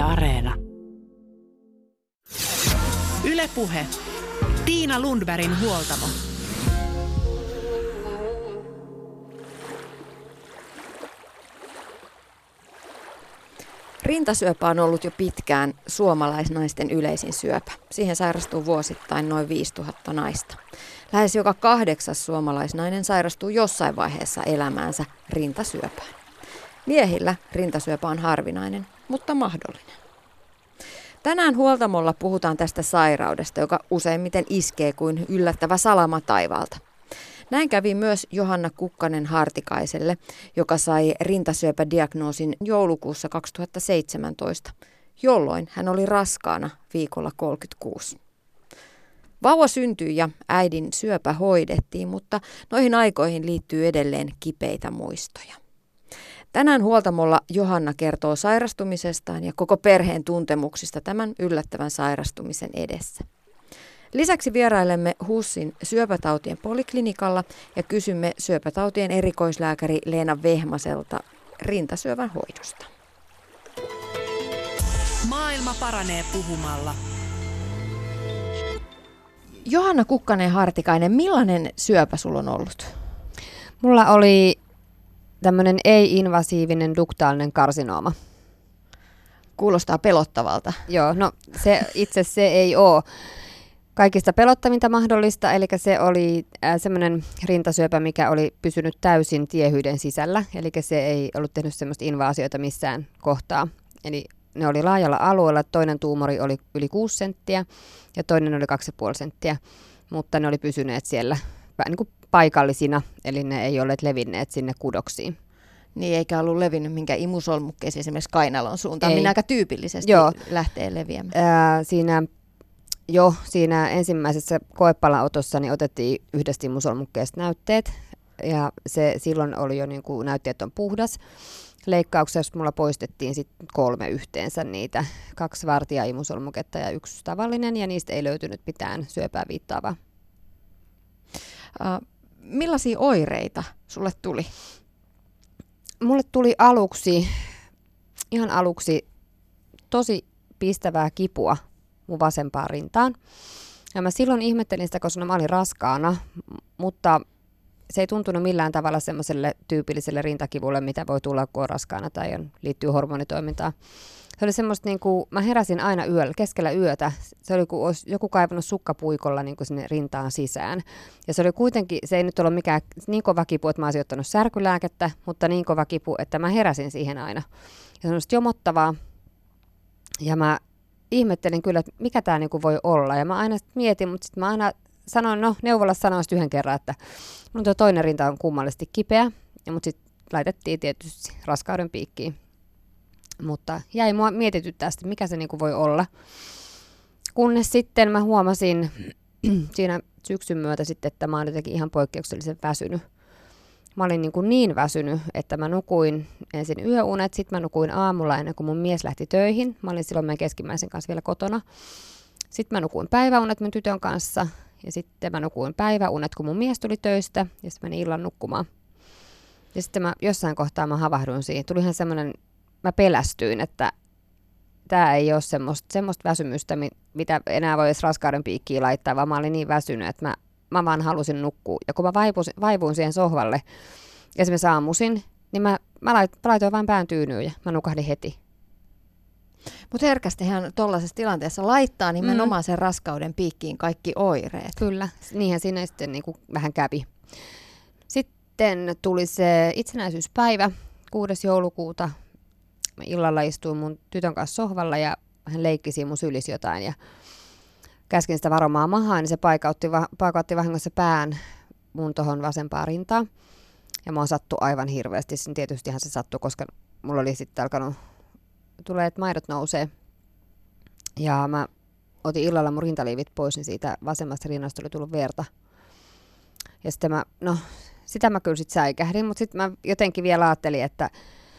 Areena. Yle Puhe. Tiina Lundbergin huoltamo. Rintasyöpä on ollut jo pitkään suomalaisnaisten yleisin syöpä. Siihen sairastuu vuosittain noin 5000 naista. Lähes joka 8. suomalaisnainen sairastuu jossain vaiheessa elämäänsä rintasyöpään. Miehillä rintasyöpä on harvinainen, mutta mahdollinen. Tänään huoltamolla puhutaan tästä sairaudesta, joka useimmiten iskee kuin yllättävä salama taivaalta. Näin kävi myös Johanna Kukkanen-Hartikaiselle, joka sai rintasyöpädiagnoosin joulukuussa 2017, jolloin hän oli raskaana viikolla 36. Vauva syntyi ja äidin syöpä hoidettiin, mutta noihin aikoihin liittyy edelleen kipeitä muistoja. Tänään huoltamolla Johanna kertoo sairastumisestaan ja koko perheen tuntemuksista tämän yllättävän sairastumisen edessä. Lisäksi vierailemme HUSin syöpätautien poliklinikalla ja kysymme syöpätautien erikoislääkäri Leena Vehmaselta rintasyövän hoidosta. Maailma paranee puhumalla. Johanna Kukkanen-Hartikainen, millainen syöpä sulla on ollut? Mulla oli tämmöinen ei-invasiivinen duktaalinen karsinooma. Kuulostaa pelottavalta. Joo, no se ei ole kaikista pelottavinta mahdollista, eli se oli semmoinen rintasyöpä, mikä oli pysynyt täysin tiehyyden sisällä, eli se ei ollut tehnyt semmoista invaasioita missään kohtaa. Eli ne oli laajalla alueella, toinen tuumori oli yli 6 senttiä ja toinen oli 2,5 senttiä, mutta ne oli pysyneet siellä niin kuin paikallisina, eli ne ei olleet levinneet sinne kudoksiin. Niin, eikä ollut levinnyt minkään imusolmukkeisiin esimerkiksi kainalon suuntaan, minä aika tyypillisesti lähtee leviämään. Siinä ensimmäisessä koepalaotossa niin otettiin yhdestä imusolmukkeesta näytteet, ja se silloin oli jo niin kuin näytteet on puhdas. Leikkauksessa mulla poistettiin sitten 3 yhteensä niitä, 2 vartija-imusolmuketta ja 1 tavallinen, ja niistä ei löytynyt mitään syöpää viittaavaa. Millaisia oireita sulle tuli? Mulle tuli ihan aluksi tosi pistävää kipua mun vasempaan rintaan. Ja mä silloin ihmettelin sitä, koska mä olin raskaana, mutta se ei tuntunut millään tavalla semmoiselle tyypilliselle rintakivulle, mitä voi tulla, kun on raskaana tai liittyy hormonitoimintaan. Se oli semmoista, niin kuin, mä heräsin aina keskellä yötä. Se oli kuin olisi joku kaivannut sukkapuikolla niin kuin sinne rintaan sisään. Ja se oli kuitenkin, se ei nyt ollut mikään niin kova kipu, että mä olisin ottanut särkylääkettä, mutta niin kova kipu, että mä heräsin siihen aina. Ja se on jomottavaa. Ja mä ihmettelin kyllä, että mikä tämä niin kuin voi olla. Ja mä aina mietin, mutta sitten mä aina sanoin, neuvolassa sanoin yhden kerran, että mun tuo toinen rinta on kummallisesti kipeä. Mutta sitten laitettiin tietysti raskauden piikkiin. Mutta jäi mua mietityttää sitä, mikä se niinku voi olla. Kunnes sitten mä huomasin siinä syksyn myötä sitten, että mä oon jotenkin ihan poikkeuksellisen väsynyt. Mä olin niin väsynyt, että mä nukuin ensin yöunet, sitten mä nukuin aamulla ennen kuin mun mies lähti töihin. Mä olin silloin meidän keskimmäisen kanssa vielä kotona. Sitten mä nukuin päiväunet mun tytön kanssa ja sitten mä nukuin päiväunet, kun mun mies tuli töistä ja sitten menin illan nukkumaan. Ja sitten jossain kohtaa mä havahduin siihen. Tulihan semmoinen, mä pelästyin, että tämä ei ole semmoista väsymystä, mitä enää voi edes raskauden piikkiin laittaa, vaan mä olin niin väsynyt, että mä vaan halusin nukkua. Ja kun mä vaivuin siihen sohvalle, esimerkiksi aamuisin, niin mä laitoin vain pään tyynyyn ja mä nukahdin heti. Mutta herkästihän tuollaisessa tilanteessa laittaa nimenomaan sen raskauden piikkiin kaikki oireet. Kyllä, niinhän siinä sitten niin kuin vähän kävi. Sitten tuli se itsenäisyyspäivä 6. joulukuuta. Mä illalla istuin mun tytön kanssa sohvalla ja hän leikkisi mun sylissä jotain ja käskin sitä varomaan mahaan, niin se paikautti vahingossa pään mun tohon vasempaan rintaan. Ja mua sattui aivan hirveästi. Sen tietystihan se sattui, koska mulla oli sitten alkanut tulee, että maidot nousee. Ja mä otin illalla mun rintaliivit pois, niin siitä vasemmasta rinnasta oli tullut verta. Ja sitten sitä mä kyllä sitten säikähdin, mutta sitten mä jotenkin vielä ajattelin, että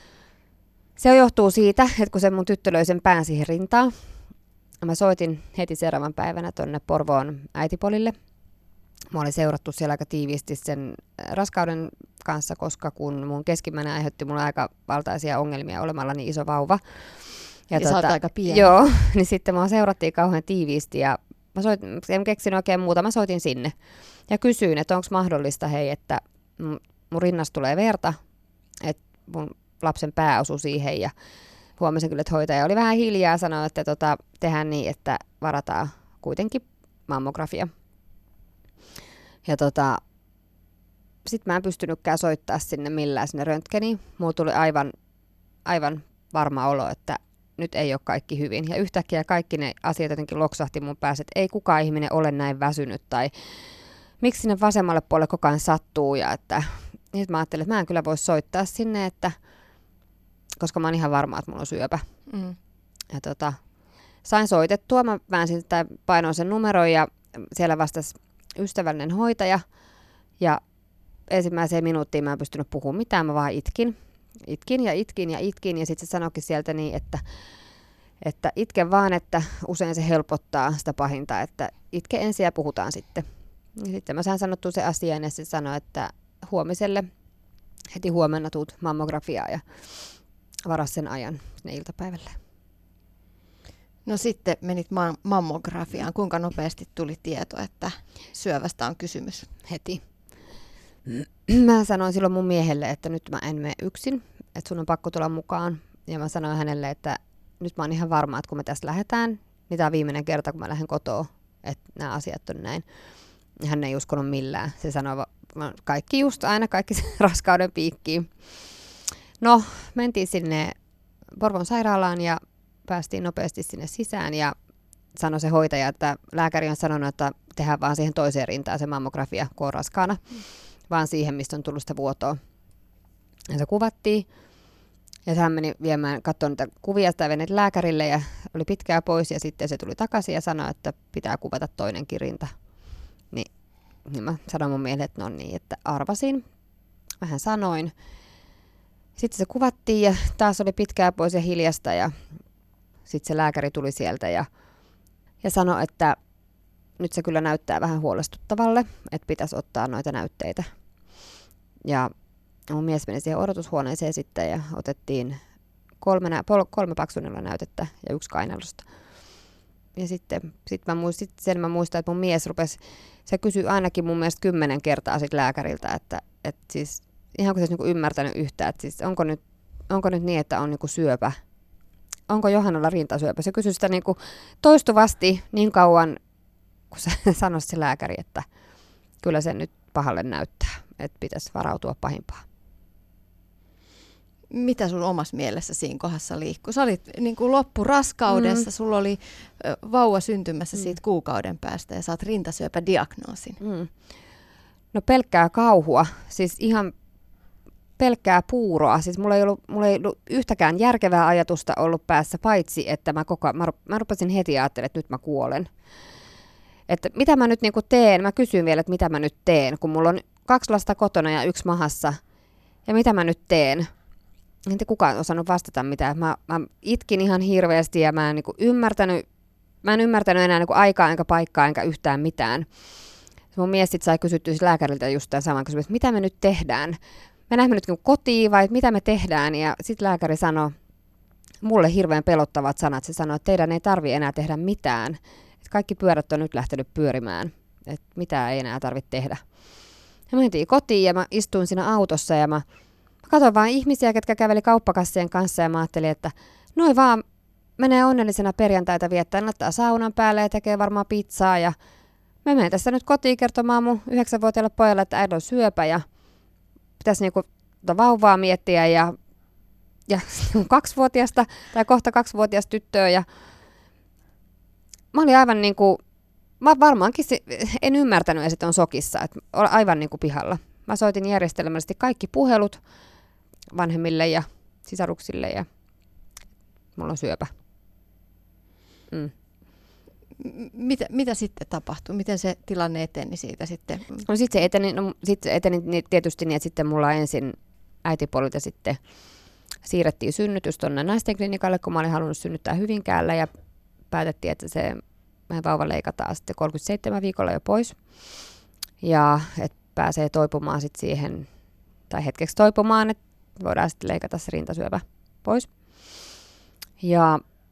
se johtuu siitä, että kun se mun tyttö löi sen pään siihen rintaan, mä soitin heti seuraavan päivänä tonne Porvoon äitipolille. Mä olin seurattu siellä aika tiiviisti sen raskauden kanssa, koska kun mun keskimmäinen aiheutti mulle aika valtaisia ongelmia olemalla niin iso vauva. Ja sä oot aika pieni. Joo, niin sitten mua seurattiin kauhean tiiviisti ja en keksin oikein muuta, mä soitin sinne ja kysyin, että onko mahdollista, hei, että mun rinnasta tulee verta, että mun lapsen pää osui siihen ja huomasin kyllä, että hoitaja oli vähän hiljaa ja sanoi, että tehdään niin, että varataan kuitenkin mammografia. Ja sitten mä en pystynytkään soittaa sinne millään sinne röntgeniin. Mulla tuli aivan varma olo, että nyt ei ole kaikki hyvin. Ja yhtäkkiä kaikki ne asiat jotenkin loksahti mun päässä, että ei kukaan ihminen ole näin väsynyt tai miksi sinne vasemmalle puolelle koko ajan sattuu. Ja että, niin mä ajattelin, että mä en kyllä voi soittaa sinne, että, koska mä oon ihan varma, että mulla on syöpä. Mm. Ja sain soitettua, mä väänsin tai painoin sen numeron ja siellä vastasi ystävällinen hoitaja. Ja ensimmäiseen minuuttiin mä en pystynyt puhumaan mitään, mä vaan itkin ja sitten se sanoikin sieltä niin, että itke vaan, että usein se helpottaa sitä pahinta, että itke ensin ja puhutaan sitten. Ja sitten mä sain sanottua se asian ja se sanoi, että huomiselle heti huomenna tuut mammografiaan ja varas sen ajan sinne iltapäivälle. No sitten menit mammografiaan. Kuinka nopeasti tuli tieto, että syövästä on kysymys? Heti. Mä sanoin silloin mun miehelle, että nyt mä en mene yksin, että sun on pakko tulla mukaan. Ja mä sanoin hänelle, että nyt mä oon ihan varma, että kun me tästä lähdetään, niin tää on viimeinen kerta, kun mä lähden kotoa, että nämä asiat on näin. Ja hän ei uskonut millään. Se sanoi kaikki raskauden piikkiin. No, mentiin sinne Porvoon sairaalaan ja päästiin nopeasti sinne sisään ja sanoi se hoitaja, että lääkäri on sanonut, että tehdään vaan siihen toiseen rintaan se mammografia, kun on raskaana, vaan siihen, mistä on tullut sitä vuotoa. Ja se kuvattiin ja hän meni viemään, katsoa niitä kuvia sitä veneet lääkärille ja oli pitkään pois ja sitten se tuli takaisin ja sanoi, että pitää kuvata toinenkin rinta. Niin mä sanoin mun miehelle, että no niin, että arvasin. Vähän sanoin. Sitten se kuvattiin ja taas oli pitkään pois ja hiljasta ja sitten se lääkäri tuli sieltä ja sanoi, että nyt se kyllä näyttää vähän huolestuttavalle, että pitäisi ottaa noita näytteitä. Ja mun mies meni siihen odotushuoneeseen sitten ja otettiin 3 paksunilla näytettä ja 1 kainalosta. Ja sitten mä muistan, että mun mies se kysyi ainakin mun mielestä 10 kertaa sit lääkäriltä, että siis ihan kun se olisi niinku ymmärtänyt yhtään, että siis onko nyt niin, että on niinku syöpä. Onko Johannalla rintasyöpä? Se kysyi sitä niinku toistuvasti niin kauan, kun se sanoi se lääkäri, että kyllä se nyt pahalle näyttää, että pitäisi varautua pahimpaan. Mitä sun omassa mielessä siinä kohdassa liikkuu? Sä olit niin kuin loppuraskaudessa, sulla oli vauva syntymässä siitä kuukauden päästä ja saat rintasyöpädiagnoosin. No pelkkää kauhua, siis ihan pelkkää puuroa. Siis mulla ei ollut yhtäkään järkevää ajatusta ollut päässä, paitsi että mä rupesin heti ajattelemaan, että nyt mä kuolen. Että mitä mä nyt niinku teen? Mä kysyin vielä, että mitä mä nyt teen, kun mulla on 2 lasta kotona ja 1 mahassa. Ja mitä mä nyt teen? En kukaan osannut vastata mitään. Mä itkin ihan hirveästi ja mä en ymmärtänyt enää niinku aikaa enkä paikkaa enkä yhtään mitään. Mun mies sit sai kysyttyä lääkäriltä just tämän saman kysymyksen, että mitä me nyt tehdään? Mennäänkö me nyt kotiin vai mitä me tehdään? Ja sitten lääkäri sanoi mulle hirveän pelottavat sanat. Se sanoi, että teidän ei tarvitse enää tehdä mitään. Että kaikki pyörät on nyt lähtenyt pyörimään. Että mitään ei enää tarvitse tehdä. Ja mentiin kotiin ja mä istuin siinä autossa ja mä katsoin vaan ihmisiä, ketkä käveli kauppakassien kanssa ja mä ajattelin, että noi vaan menee onnellisena perjantaita viettää, laittaa saunan päälle ja tekee varmaan pizzaa ja mä menen tässä nyt kotiin kertomaan mun 9-vuotiaalle pojalle, että äidillä on syöpä ja pitäisi niinku vauvaa miettiä ja 2-vuotiaasta tai kohta 2-vuotiaasta tyttöä ja mä olin aivan niinku, mä varmaankin en ymmärtänyt edes, että on sokissa, että olen aivan niinku pihalla. Mä soitin järjestelmällisesti kaikki puhelut vanhemmille ja sisaruksille ja mulla on syöpä. Mitä sitten tapahtui? Miten se tilanne eteni siitä sitten? No sitten se eteni tietysti niin, että sitten mulla ensin äitipuolilta sitten siirrettiin synnytys tuonne naistenklinikalle, kun mä olin halunnut synnyttää Hyvinkäällä ja päätettiin, että se meidän vauva leikataan sitten 37 viikolla jo pois. Ja että pääsee toipumaan sitten siihen, tai hetkeksi toipumaan, että voidaan sitten leikata se rintasyöpä pois. Ja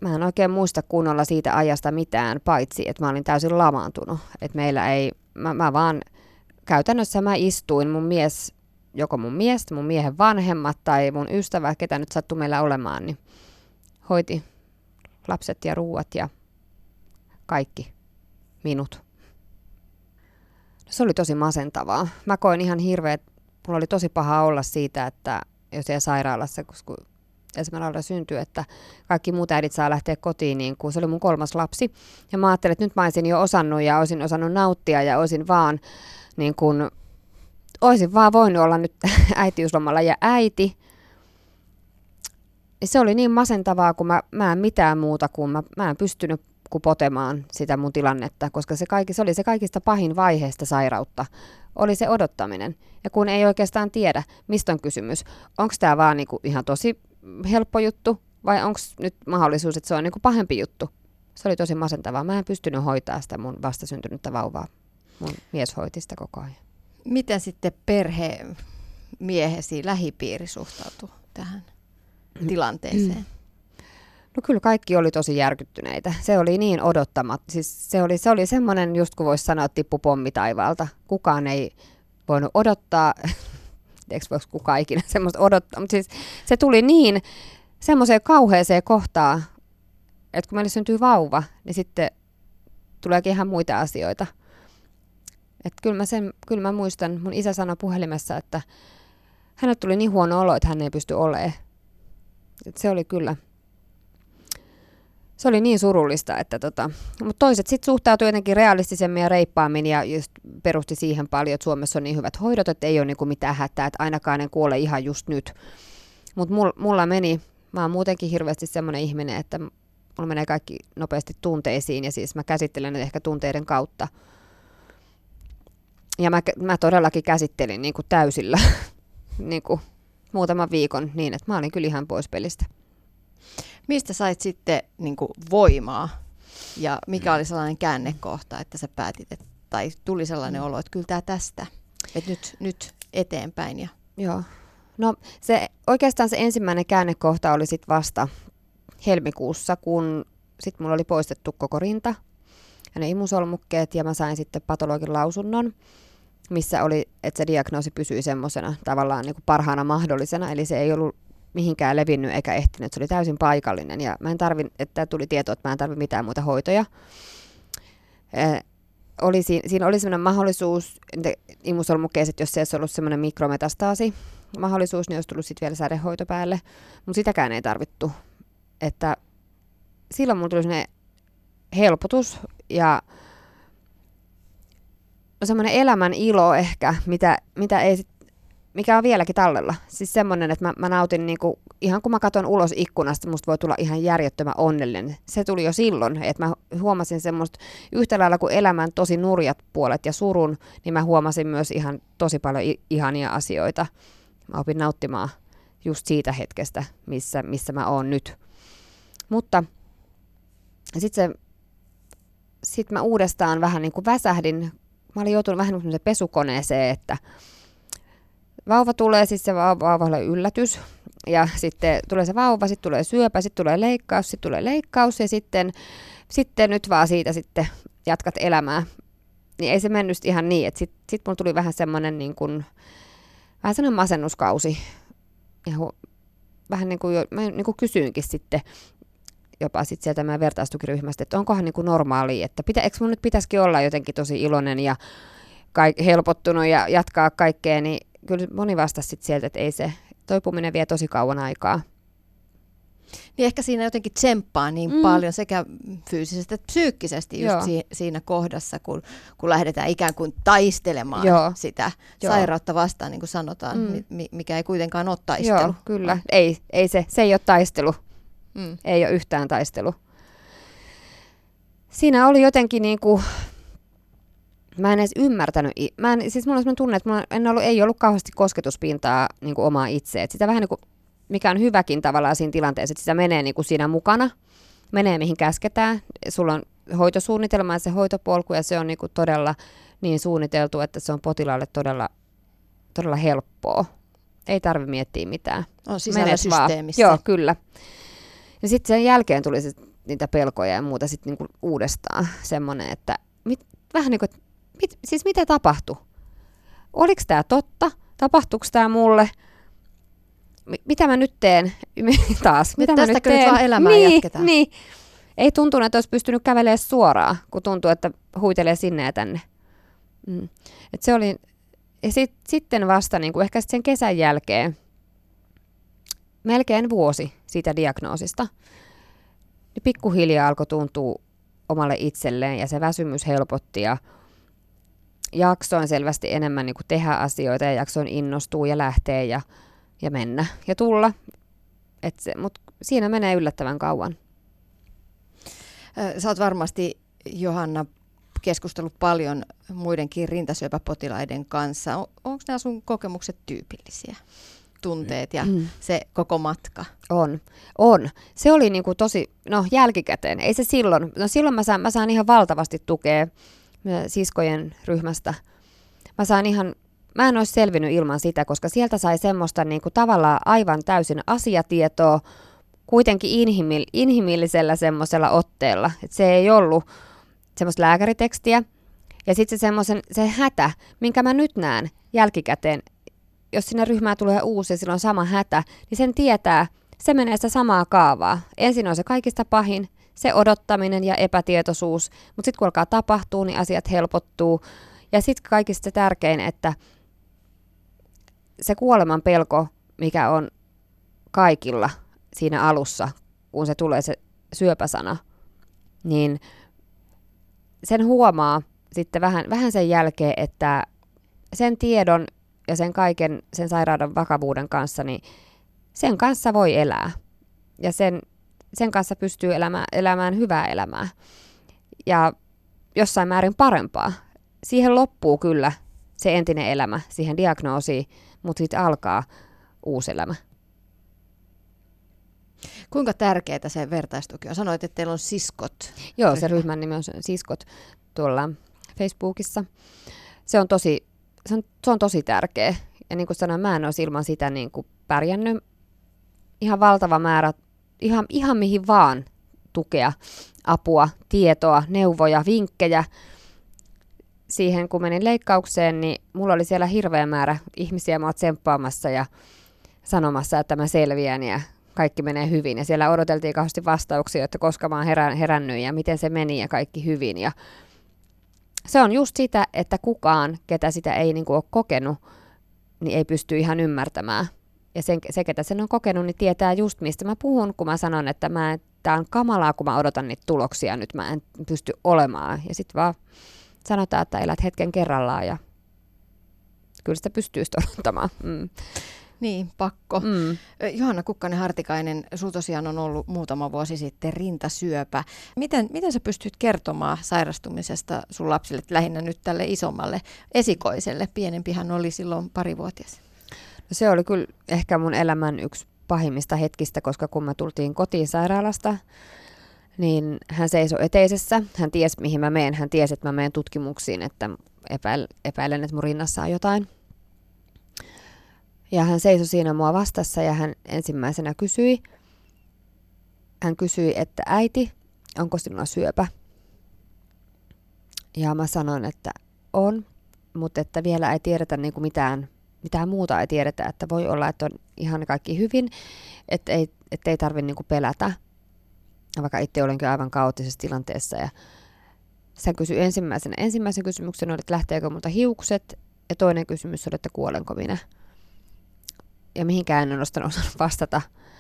mä en oikein muista kunnolla siitä ajasta mitään, paitsi että mä olin täysin lamaantunut. Että meillä ei, mä vaan, käytännössä mä istuin, joko mun miehen vanhemmat tai mun ystävä, ketä nyt sattui meillä olemaan, niin hoiti lapset ja ruuat ja kaikki minut. Se oli tosi masentavaa. Mä koin ihan hirveä, mulla oli tosi paha olla siitä, että jos siellä sairaalassa, kun Esmeralda syntyi, että kaikki muut äidit saa lähteä kotiin, niin kuin se oli mun 3. lapsi. Ja mä ajattelin, että nyt mä olisin jo osannut ja olisin osannut nauttia ja olisin vaan voinut olla nyt äitiyslomalla ja äiti. Se oli niin masentavaa, kun mä en mitään muuta kuin mä en pystynyt potemaan sitä mun tilannetta, koska se oli se kaikista pahin vaiheesta sairautta, oli se odottaminen. Ja kun ei oikeastaan tiedä, mistä on kysymys, onko tämä vaan ihan tosi helppo juttu vai onko nyt mahdollisuus, että se on pahempi juttu. Se oli tosi masentavaa. Mä en pystynyt hoitaa sitä mun vastasyntynyttä vauvaa. Mun mies hoiti sitä koko ajan. Miten sitten perhemiehesi lähipiiri suhtautuu tähän tilanteeseen? No kyllä kaikki oli tosi järkyttyneitä. Se oli niin odottamatta. Siis se oli semmoinen, just kun voisi sanoa, että tippu pommi taivaalta. Kukaan ei voinut odottaa, eikö voisi kukaan ikinä semmoista odottaa, mutta siis se tuli niin semmoiseen kauheeseen kohtaan, että kun meille syntyy vauva, niin sitten tuleekin ihan muita asioita. Että kyllä mä muistan, mun isä sanoi puhelimessa, että hänelle tuli niin huono olo, että hän ei pysty olemaan. Että se oli kyllä. Se oli niin surullista, että mutta toiset sitten suhtautui jotenkin realistisemmin ja reippaammin ja just perusti siihen paljon, että Suomessa on niin hyvät hoidot, että ei ole mitään hätää, että ainakaan en kuole ihan just nyt. Mutta mulla meni, mä oon muutenkin hirveästi semmoinen ihminen, että mulla menee kaikki nopeasti tunteisiin ja siis mä käsittelen ne ehkä tunteiden kautta. Ja mä todellakin käsittelin täysillä muutaman viikon niin, että mä olin kyllä ihan pois pelistä. Mistä sait sitten voimaa ja mikä oli sellainen käännekohta, että sä päätit, tai tuli sellainen olo, että kyllä tämä tästä, että nyt eteenpäin. Joo. No oikeastaan se ensimmäinen käännekohta oli sitten vasta helmikuussa, kun sitten mulla oli poistettu koko rinta ja ne imusolmukkeet ja mä sain sitten patologin lausunnon, missä oli, että se diagnoosi pysyi semmoisena tavallaan parhaana mahdollisena, eli se ei ollut mihinkään levinnyt eikä ehtinyt. Se oli täysin paikallinen ja että tuli tieto, että mä en tarvi mitään muita hoitoja. Siinä oli sellainen mahdollisuus, imusolmukkeet, jos se olisi ollut sellainen mikrometastaasi mahdollisuus, niin olisi tullut sitten vielä sädehoito päälle, mutta sitäkään ei tarvittu. Että silloin mulla tuli sellainen helpotus ja semmoinen elämän ilo ehkä, mikä on vieläkin tallella. Siis semmoinen, että mä nautin ihan kun mä katson ulos ikkunasta, musta voi tulla ihan järjettömän onnellinen. Se tuli jo silloin, että mä huomasin semmoista yhtä lailla kuin elämän tosi nurjat puolet ja surun, niin mä huomasin myös ihan tosi paljon ihania asioita. Mä opin nauttimaan just siitä hetkestä, missä mä oon nyt. Mutta sitten mä uudestaan vähän väsähdin. Mä olin joutunut vähän semmoiseen pesukoneeseen, että vauva tulee, siis se vauvalle yllätys ja sitten tulee se vauva, sitten tulee syöpä, sitten tulee leikkaus ja sitten nyt vaan siitä sitten jatkat elämää. Niin ei se mennyt ihan niin, että sitten mulla tuli vähän semmoinen vähän semmoinen masennuskausi ja vähän mä kysyinkin sitten jopa sitten sieltä meidän vertaistukiryhmästä, että onkohan normaalia, että eikö mun nyt pitäisikin olla jotenkin tosi iloinen ja helpottunut ja jatkaa kaikkea, niin kyllä moni vastasi sitten sieltä, että ei se toipuminen vie tosi kauan aikaa. Niin ehkä siinä jotenkin tsemppaa niin paljon sekä fyysisesti että psyykkisesti just siinä kohdassa, kun lähdetään ikään kuin taistelemaan sitä sairautta vastaan, niin kuin sanotaan, mikä ei kuitenkaan ole taistelu. Joo, kyllä. Se ei ole taistelu. Ei ole yhtään taistelu. Siinä oli jotenkin mä en edes ymmärtänyt. Siis mulla on sellainen tunne, että ei ollut kauheasti kosketuspintaa omaa itseä. Sitä vähän mikä on hyväkin tavallaan siinä tilanteessa, että sitä menee siinä mukana, menee mihin käsketään. Sulla on hoitosuunnitelma ja se hoitopolku ja se on todella niin suunniteltu, että se on potilaalle todella, todella helppoa. Ei tarvitse miettiä mitään. On sisällä systeemissä. Joo, kyllä. Ja sitten sen jälkeen tuli se niitä pelkoja ja muuta sitten niinku uudestaan. Semmoinen, että vähän niin kuin, siis mitä tapahtui? Oliko tämä totta? Tapahtuiko tämä mulle? Mitä mä nyt teen? Taas. Mitä mä nyt teen? Nyt vaan elämää jatketaan. Niin. Ei tuntunut, että olisi pystynyt kävelemään suoraan, kun tuntuu, että huitelee sinne ja tänne. Et se oli, ja sitten vasta niin kuin ehkä sen kesän jälkeen, melkein vuosi siitä diagnoosista, niin pikkuhiljaa alkoi tuntua omalle itselleen ja se väsymys helpotti ja jaksoin selvästi enemmän niin kuin tehdä asioita ja jaksoin innostua ja lähteä ja mennä ja tulla. Mutta siinä menee yllättävän kauan. Sä oot varmasti, Johanna, keskustellut paljon muidenkin rintasyöpäpotilaiden kanssa. Onko nämä sun kokemukset tyypillisiä? Tunteet ja se koko matka? On. Se oli niinku tosi, jälkikäteen. Ei se silloin. No silloin mä saan ihan valtavasti tukea siskojen ryhmästä. Mä en olisi selvinnyt ilman sitä, koska sieltä sai semmoista niinku tavallaan aivan täysin asiatietoa, kuitenkin inhimillisellä semmoisella otteella. Et se ei ollut semmoista lääkäritekstiä. Ja sitten se hätä, minkä mä nyt näen jälkikäteen, jos sinne ryhmään tulee uusi ja sillä on sama hätä, niin sen tietää, se menee sitä samaa kaavaa. Ensin on se kaikista pahin, se odottaminen ja epätietoisuus, mutta sitten kun alkaa tapahtua, niin asiat helpottuu. Ja sitten kaikista tärkein, että se kuoleman pelko, mikä on kaikilla siinä alussa, kun se tulee se syöpäsana, niin sen huomaa sitten vähän sen jälkeen, että sen tiedon ja sen kaiken, sen sairauden vakavuuden kanssa, niin sen kanssa voi elää. Ja sen kanssa pystyy elämään hyvää elämää. Ja jossain määrin parempaa. Siihen loppuu kyllä se entinen elämä, siihen diagnoosiin, mutta sitten alkaa uusi elämä. Kuinka tärkeää se vertaistuki on? Sanoit, että teillä on siskot. Joo, se ryhmän nimi on siskot tuolla Facebookissa. Se on tosi tärkeä. Ja niin kuin sanoin, mä en olisi ilman sitä niin kuin pärjännyt. Ihan valtava määrä, ihan mihin vaan tukea, apua, tietoa, neuvoja, vinkkejä. Siihen kun menin leikkaukseen, niin mulla oli siellä hirveä määrä ihmisiä mua tsemppaamassa ja sanomassa, että mä selviän ja kaikki menee hyvin. Ja siellä odoteltiin kauheasti vastauksia, että koska mä oon herännyt ja miten se meni ja kaikki hyvin. Ja se on just sitä, että kukaan, ketä sitä ei niin kuin ole kokenut, niin ei pysty ihan ymmärtämään. Ja se, ketä sen on kokenut, niin tietää just mistä mä puhun, kun mä sanon, että tää on kamalaa, kun mä odotan niitä tuloksia. Nyt mä en pysty olemaan. Ja sitten vaan sanotaan, että elät hetken kerrallaan ja kyllä sitä pystyy odottamaan. Niin, pakko. Johanna Kukkanen-Hartikainen, sulla tosiaan on ollut muutama vuosi sitten rintasyöpä. Miten sä pystyt kertomaan sairastumisesta sun lapsille, lähinnä nyt tälle isommalle esikoiselle? Pienempihän oli silloin 2-vuotias. No se oli kyllä ehkä mun elämän yksi pahimmista hetkistä, koska kun me tultiin kotiin sairaalasta, niin hän seisoi eteisessä. Hän tiesi, mihin mä menen. Hän tiesi, että mä menen tutkimuksiin, että epäilen, että mun rinnassa on jotain. Ja hän seisoi siinä mua vastassa ja hän ensimmäisenä kysyi. Hän kysyi, että äiti, onko sinulla syöpä? Ja mä sanoin, että on, mutta että vielä ei tiedetä niin kuin mitään muuta ei tiedetä, että voi olla, että on ihan kaikki hyvin, että ei tarvitse niin kuin pelätä, vaikka itse olenkin aivan kaoottisessa tilanteessa. Ja hän kysyi ensimmäisen kysymyksen oli, että lähteekö multa hiukset, ja toinen kysymys oli, että kuolenko minä. Ja mihinkään en osannut vastata.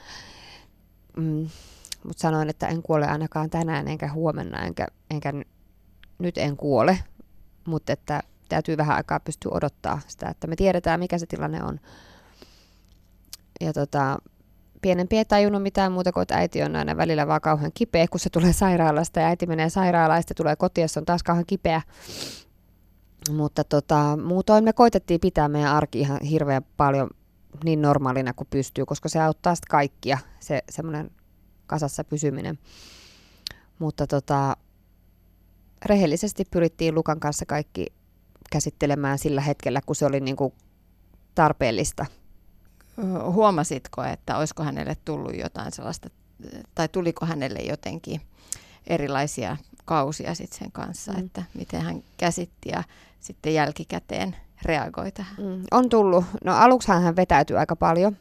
Mutta sanoin, että en kuole ainakaan tänään enkä huomenna, enkä nyt en kuole, mutta että täytyy vähän aikaa pystyä odottaa sitä, että me tiedetään, mikä se tilanne on. Ja pienempi ei tajunnut mitään muuta kuin, että äiti on aina välillä vaan kauhean kipeä, kun se tulee sairaalasta ja äiti menee sairaalaan ja sitten tulee kotiin, se on taas kauhean kipeä. Mutta muutoin me koitettiin pitää meidän arki ihan hirveän paljon niin normaalina kuin pystyy, koska se auttaa sitten kaikkia, se semmoinen kasassa pysyminen. Mutta rehellisesti pyrittiin Lukan kanssa kaikki käsittelemään sillä hetkellä, kun se oli niin kuin tarpeellista. Huomasitko, että olisiko hänelle tullut jotain sellaista tai tuliko hänelle jotenkin erilaisia kausia sitten sen kanssa, että miten hän käsitti ja sitten jälkikäteen reagoi tähän? On tullut. No aluksi hän vetäytyi aika paljon.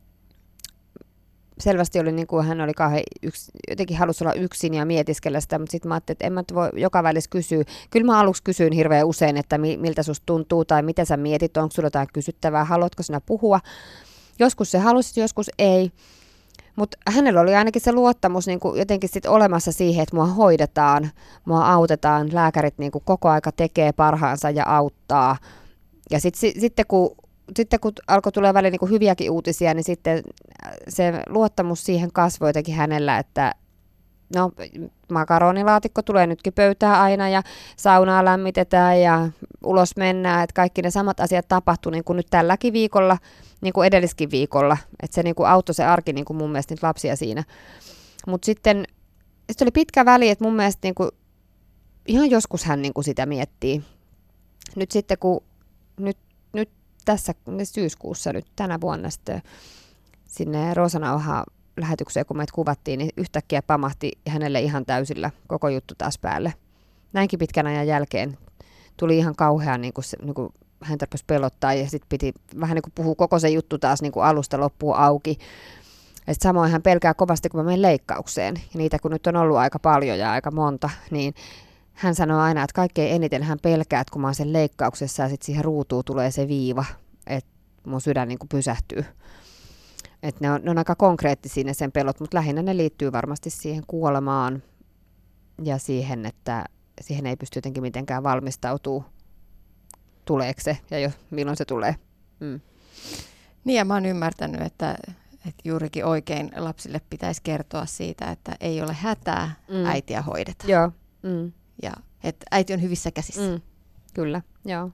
Selvästi oli niin kuin hän oli jotenkin halusi olla yksin ja mietiskellä sitä, mutta sitten mä ajattelin, että en mä voi joka välissä kysyä. Kyllä mä aluksi kysyin hirveän usein, että miltä susta tuntuu tai mitä sä mietit, onko sulla jotain kysyttävää, haluatko sinä puhua. Joskus se halusi, joskus ei. Mutta hänellä oli ainakin se luottamus niin kuin jotenkin sit olemassa siihen, että mua hoidetaan, mua autetaan, lääkärit niin kuin koko aika tekee parhaansa ja auttaa. Ja sitten kun alkoi tulla välillä niin kuin hyviäkin uutisia, niin sitten se luottamus siihen kasvoi jotenkin hänellä, että no makaronilaatikko tulee nytkin pöytään aina ja saunaa lämmitetään ja ulos mennään, että kaikki ne samat asiat tapahtui niin kuin nyt tälläkin viikolla, niin kuin edelliskin viikolla, että se niin kuin auttoi se arki niin kuin mun mielestä niitä lapsia siinä. Mutta sitten oli pitkä väli, että mun mielestä niin kuin, ihan joskus hän niin kuin sitä miettii. Nyt sitten kun nyt tässä syyskuussa nyt tänä vuonna sitten sinne Roosanauhaan lähetykseen, kun meitä kuvattiin, niin yhtäkkiä pamahti hänelle ihan täysillä koko juttu taas päälle. Näinkin pitkän ajan jälkeen tuli ihan kauhean, niin kuin häntä rupesi pelottaa ja sitten piti vähän niin kuin puhua koko se juttu taas niin kuin alusta loppuun auki. Ja sitten samoin hän pelkää kovasti, kun mä menen leikkaukseen. Ja niitä kun nyt on ollut aika paljon ja aika monta, niin hän sanoo aina, että kaikkein eniten hän pelkää, että kun mä oon sen leikkauksessa ja sitten siihen ruutuun tulee se viiva, että mun sydän niin kuin pysähtyy. Että ne on aika konkreettisia ne sen pelot, mutta lähinnä ne liittyy varmasti siihen kuolemaan ja siihen, että siihen ei pysty jotenkin mitenkään valmistautumaan, tuleeko se ja milloin se tulee. Niin ja mä oon ymmärtänyt, että juurikin oikein lapsille pitäisi kertoa siitä, että ei ole hätää, äitiä hoidetaan. Joo. Ja että äiti on hyvissä käsissä. Kyllä, joo.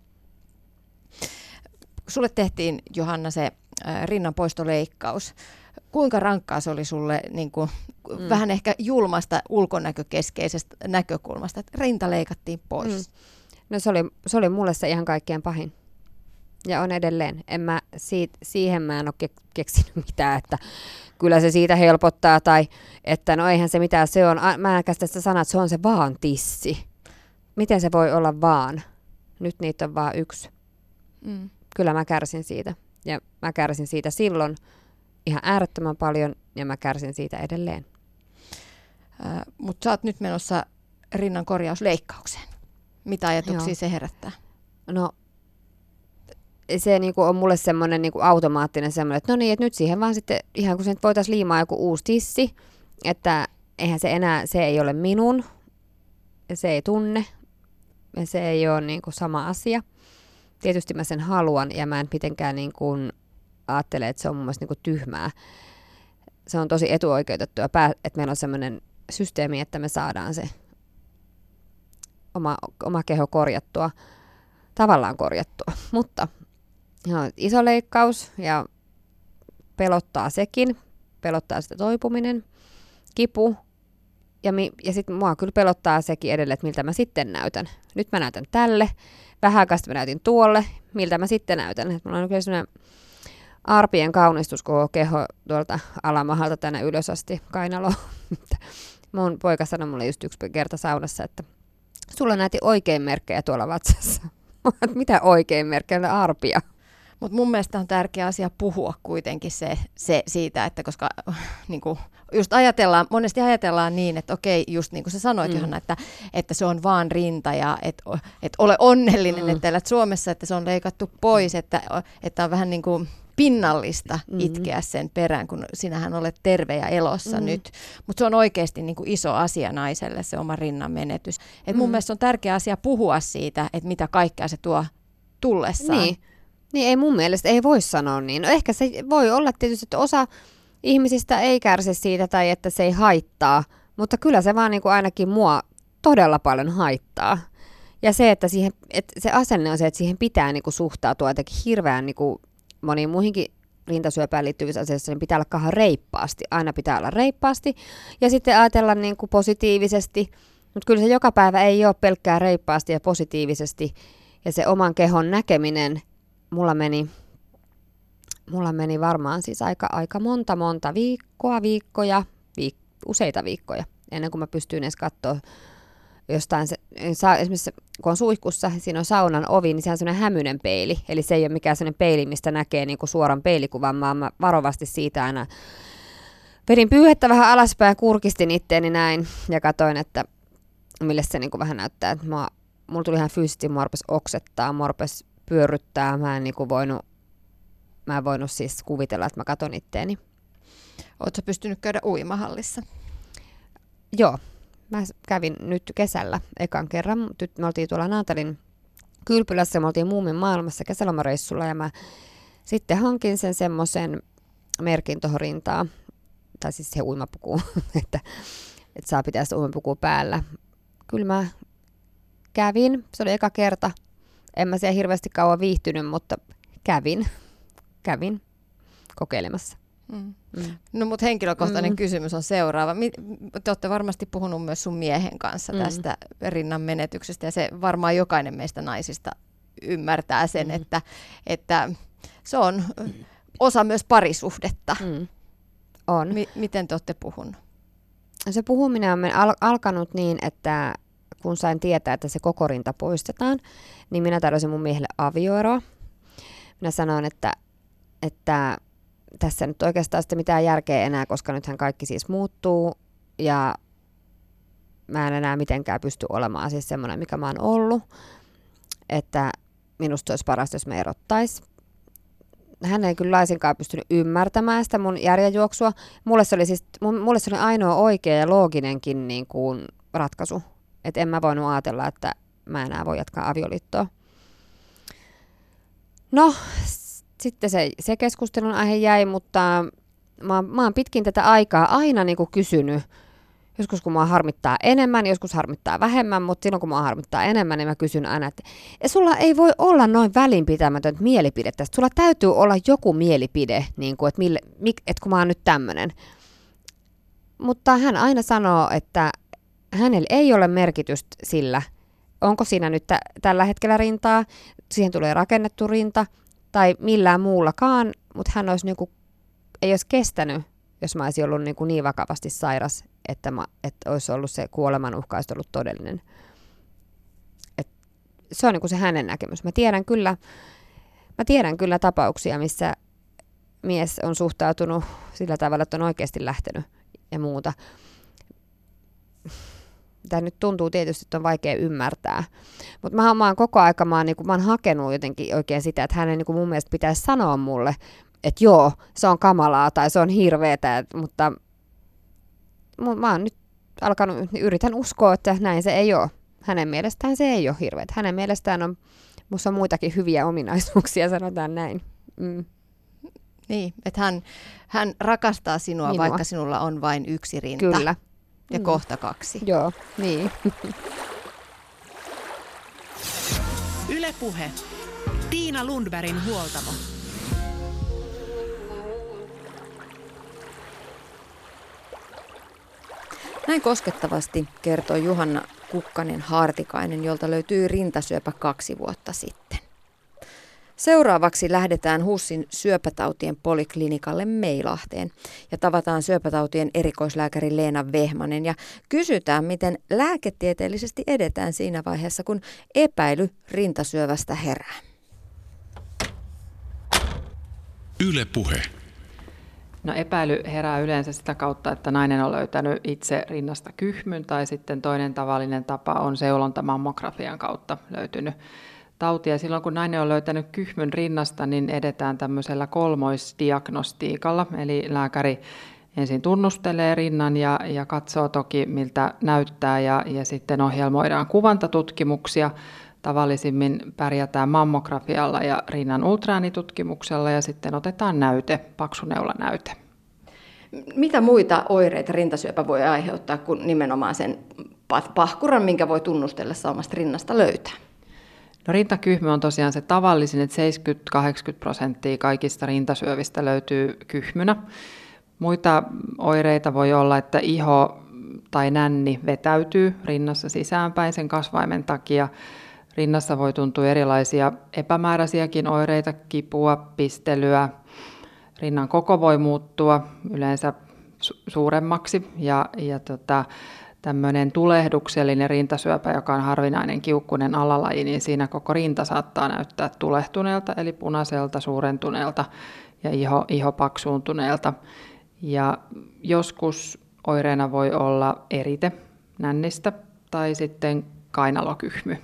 Sulle tehtiin, Johanna, se rinnanpoistoleikkaus. Kuinka rankkaa se oli sulle niin kuin, vähän ehkä julmasta ulkonäkökeskeisestä näkökulmasta, että rinta leikattiin pois? No se oli mulle se ihan kaikkein pahin. Ja on edelleen. Siihen mä en ole keksinyt mitään, että kyllä se siitä helpottaa tai että no eihän se mitään se on. Mä en käsitä sitä sanaa, että se on se vaan tissi. Miten se voi olla vaan? Nyt niitä on vaan yksi. Kyllä mä kärsin siitä. Ja mä kärsin siitä silloin ihan äärettömän paljon ja mä kärsin siitä edelleen. Mutta sä oot nyt menossa rinnan korjausleikkaukseen. Mitä ajatuksia se herättää? No se niinku on mulle semmoinen niinku automaattinen semmoinen, että no niin, että nyt siihen vaan sitten ihan kun se voitaisiin liimaa joku uusi tissi, että eihän se enää, se ei ole minun, ja se ei tunne, ja se ei ole niinku sama asia. Tietysti mä sen haluan, ja mä en mitenkään niinku ajattele, että se on mun mielestä niinku tyhmää. Se on tosi etuoikeutettua, että meillä on semmoinen systeemi, että me saadaan se oma keho korjattua, tavallaan korjattua, mutta iso leikkaus ja pelottaa sekin, pelottaa sitä toipuminen, kipu ja sitten mua kyllä pelottaa sekin edelleen, että miltä mä sitten näytän. Nyt mä näytän tälle, vähän aikaa mä näytin tuolle, miltä mä sitten näytän. Et mulla on kyllä sellainen arpien kaunistus koko keho tuolta alamahalta tänne ylös asti kainaloon. Mun poika sanoi mulle just yksi kerta saunassa, että sulla näytti oikein merkkejä tuolla vatsassa. Mitä oikein merkkejä? Arpia. Mutta mun mielestä on tärkeä asia puhua kuitenkin se siitä, että koska niin kuin, just monesti ajatellaan niin, että okei, just niin kuin sä sanoit, Johanna, että se on vaan rinta ja että ole onnellinen, että elät Suomessa, että se on leikattu pois, että on vähän niin kuin pinnallista itkeä sen perään, kun sinähän olet terve ja elossa nyt. Mutta se on oikeasti niin kuin iso asia naiselle, se oma rinnan menetys. Et mun mielestä on tärkeä asia puhua siitä, että mitä kaikkea se tuo tullessaan. Niin ei mun mielestä, ei voi sanoa niin. No ehkä se voi olla tietysti, että osa ihmisistä ei kärsi siitä tai että se ei haittaa, mutta kyllä se vaan niin kuin ainakin mua todella paljon haittaa. Ja se, että se asenne on se, että siihen pitää niin kuin suhtautua jotenkin hirveän niin kuin moniin muihinkin rintasyöpään liittyvissä asioissa, niin pitää olla kahden reippaasti. Aina pitää olla reippaasti ja sitten ajatella niin kuin positiivisesti. Mutta kyllä se joka päivä ei ole pelkkää reippaasti ja positiivisesti. Ja se oman kehon näkeminen, mulla meni varmaan siis aika monta viikkoja, useita viikkoja, ennen kuin mä pystyin edes katsoa jostain, esimerkiksi kun on suihkussa, siinä on saunan ovi, niin se on sellainen hämyinen peili, eli se ei ole mikään sellainen peili, mistä näkee niin kuin suoran peilikuvan, vaan mä varovasti siitä aina vedin pyyhettä vähän alaspäin ja kurkistin itteeni näin ja katsoin, että mille se niin kuin vähän näyttää, että mulla tuli ihan fyysisesti, mua rupesi oksettaa, mua rupesi pyörryttää, mä en voinut siis kuvitella, että mä katon itteeni. Ootko pystynyt käydä uimahallissa? Joo, mä kävin nyt kesällä ekan kerran. Me oltiin tuolla Naantalin kylpylässä, me oltiin Muumin maailmassa kesälomareissulla ja mä sitten hankin sen semmoisen merkin tuohon rintaan, tai siis se uimapuku, että saa pitää sitä uimapukua päällä. Kyllä mä kävin, se oli eka kerta. En mä siellä hirveästi kauan viihtynyt, mutta kävin kokeilemassa. No mutta henkilökohtainen kysymys on seuraava. Te olette varmasti puhunut myös sun miehen kanssa tästä rinnan menetyksestä ja se varmaan jokainen meistä naisista ymmärtää sen, että se on osa myös parisuhdetta. On. Miten te olette puhunut? Se puhuminen on alkanut niin, että kun sain tietää, että se koko rinta poistetaan, niin minä tarjosin mun miehelle avioeroa. Minä sanoin, että tässä nyt oikeastaan sitten mitään järkeä enää, koska nythän kaikki siis muuttuu ja mä en enää mitenkään pysty olemaan siis semmoinen, mikä mä oon ollut, että minusta olisi parasta, jos me erottaisi. Hän ei kyllä laisinkaan pystynyt ymmärtämään sitä mun järjenjuoksua. Mulle se oli ainoa oikea ja looginenkin niin kuin ratkaisu, että en mä voinut ajatella, että mä enää voi jatkaa avioliittoa. No, sitten se keskustelun aihe jäi, mutta mä oon pitkin tätä aikaa aina niin kuin kysynyt, joskus kun mua harmittaa enemmän, joskus harmittaa vähemmän, mutta silloin kun mua harmittaa enemmän, niin mä kysyn aina, että sulla ei voi olla noin välinpitämätöntä mielipidettä, sulla täytyy olla joku mielipide, niin kuin, että kun mä oon nyt tämmönen. Mutta hän aina sanoo, että hänellä ei ole merkitystä sillä, onko siinä nyt tällä hetkellä rintaa, siihen tulee rakennettu rinta, tai millään muullakaan, mutta hän olisi ei olisi kestänyt, jos mä olisin ollut niin vakavasti sairas, että olisi ollut se kuolemanuhka olisi ollut todellinen. Se on se hänen näkemys. Mä tiedän kyllä tapauksia, missä mies on suhtautunut sillä tavalla, että on oikeasti lähtenyt ja muuta. Tämä nyt tuntuu tietysti, että on vaikea ymmärtää. Mutta mä oon koko aika mä oon hakenut jotenkin oikein sitä, että hänen mun mielestä pitäisi sanoa mulle, että joo, se on kamalaa tai se on hirveetä, mutta mä oon nyt yritän uskoa, että näin se ei ole. Hänen mielestään se ei ole hirveetä. Hänen mielestään musta on muitakin hyviä ominaisuuksia, sanotaan näin. Niin, että hän rakastaa sinua, vaikka sinulla on vain yksi rinta. Kyllä. Ja kohta 2. Joo, niin. Yle Puhe. Tiina Lundbergin huoltamo. Näin koskettavasti kertoi Juhanna Kukkanen-Hartikainen, jolta löytyi rintasyöpä 2 vuotta sitten. Seuraavaksi lähdetään HUSin syöpätautien poliklinikalle Meilahteen ja tavataan syöpätautien erikoislääkäri Leena Vehmanen ja kysytään, miten lääketieteellisesti edetään siinä vaiheessa, kun epäily rintasyövästä herää. Yle Puhe. No epäily herää yleensä sitä kautta, että nainen on löytänyt itse rinnasta kyhmyn tai sitten toinen tavallinen tapa on seulontamammografian kautta löytynyt tautia. Silloin kun nainen on löytänyt kyhmyn rinnasta, niin edetään tämmöisellä kolmoisdiagnostiikalla, eli lääkäri ensin tunnustelee rinnan ja katsoo toki miltä näyttää ja sitten ohjelmoidaan kuvantatutkimuksia. Tavallisimmin pärjätään mammografialla ja rinnan ultraäänitutkimuksella ja sitten otetaan näyte, paksuneulanäyte. Mitä muita oireita rintasyöpä voi aiheuttaa kuin nimenomaan sen pahkuran, minkä voi tunnustellessa omasta rinnasta löytää? No rintakyhmy on tosiaan se tavallisin, että 70-80% kaikista rintasyövistä löytyy kyhmynä. Muita oireita voi olla, että iho tai nänni vetäytyy rinnassa sisäänpäin sen kasvaimen takia. Rinnassa voi tuntua erilaisia epämääräisiäkin oireita, kipua, pistelyä. Rinnan koko voi muuttua, yleensä suuremmaksi ja tämmöinen tulehduksellinen rintasyöpä, joka on harvinainen kiukkunen alalaji, niin siinä koko rinta saattaa näyttää tulehtuneelta, eli punaiselta, suurentuneelta ja iho paksuuntuneelta. Ja joskus oireena voi olla erite nännistä tai sitten kainalokyhmy.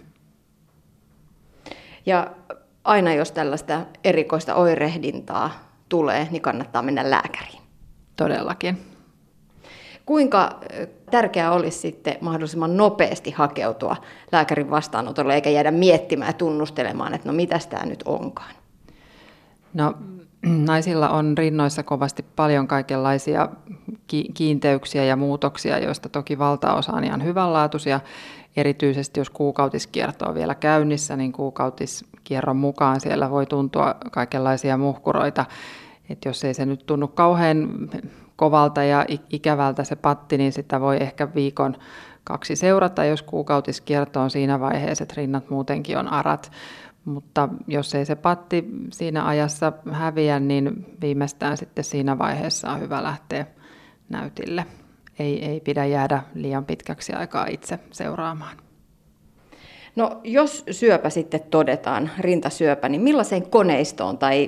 Ja aina jos tällaista erikoista oirehdintaa tulee, niin kannattaa mennä lääkäriin. Todellakin. Kuinka tärkeää olisi sitten mahdollisimman nopeasti hakeutua lääkärin vastaanotolle, eikä jäädä miettimään ja tunnustelemaan, että no mitäs tämä nyt onkaan? No, naisilla on rinnoissa kovasti paljon kaikenlaisia kiinteyksiä ja muutoksia, joista toki valtaosa on ihan hyvänlaatuisia. Erityisesti jos kuukautiskierto on vielä käynnissä, niin kuukautiskierron mukaan siellä voi tuntua kaikenlaisia muhkuroita. Et jos ei se nyt tunnu kauhean kovalta ja ikävältä se patti, niin sitä voi ehkä 1-2 viikon seurata, jos kuukautiskierto on siinä vaiheessa, että rinnat muutenkin on arat. Mutta jos ei se patti siinä ajassa häviä, niin viimeistään sitten siinä vaiheessa on hyvä lähteä näytille. Ei pidä jäädä liian pitkäksi aikaa itse seuraamaan. No jos syöpä sitten todetaan, rintasyöpä, niin millaiseen koneistoon tai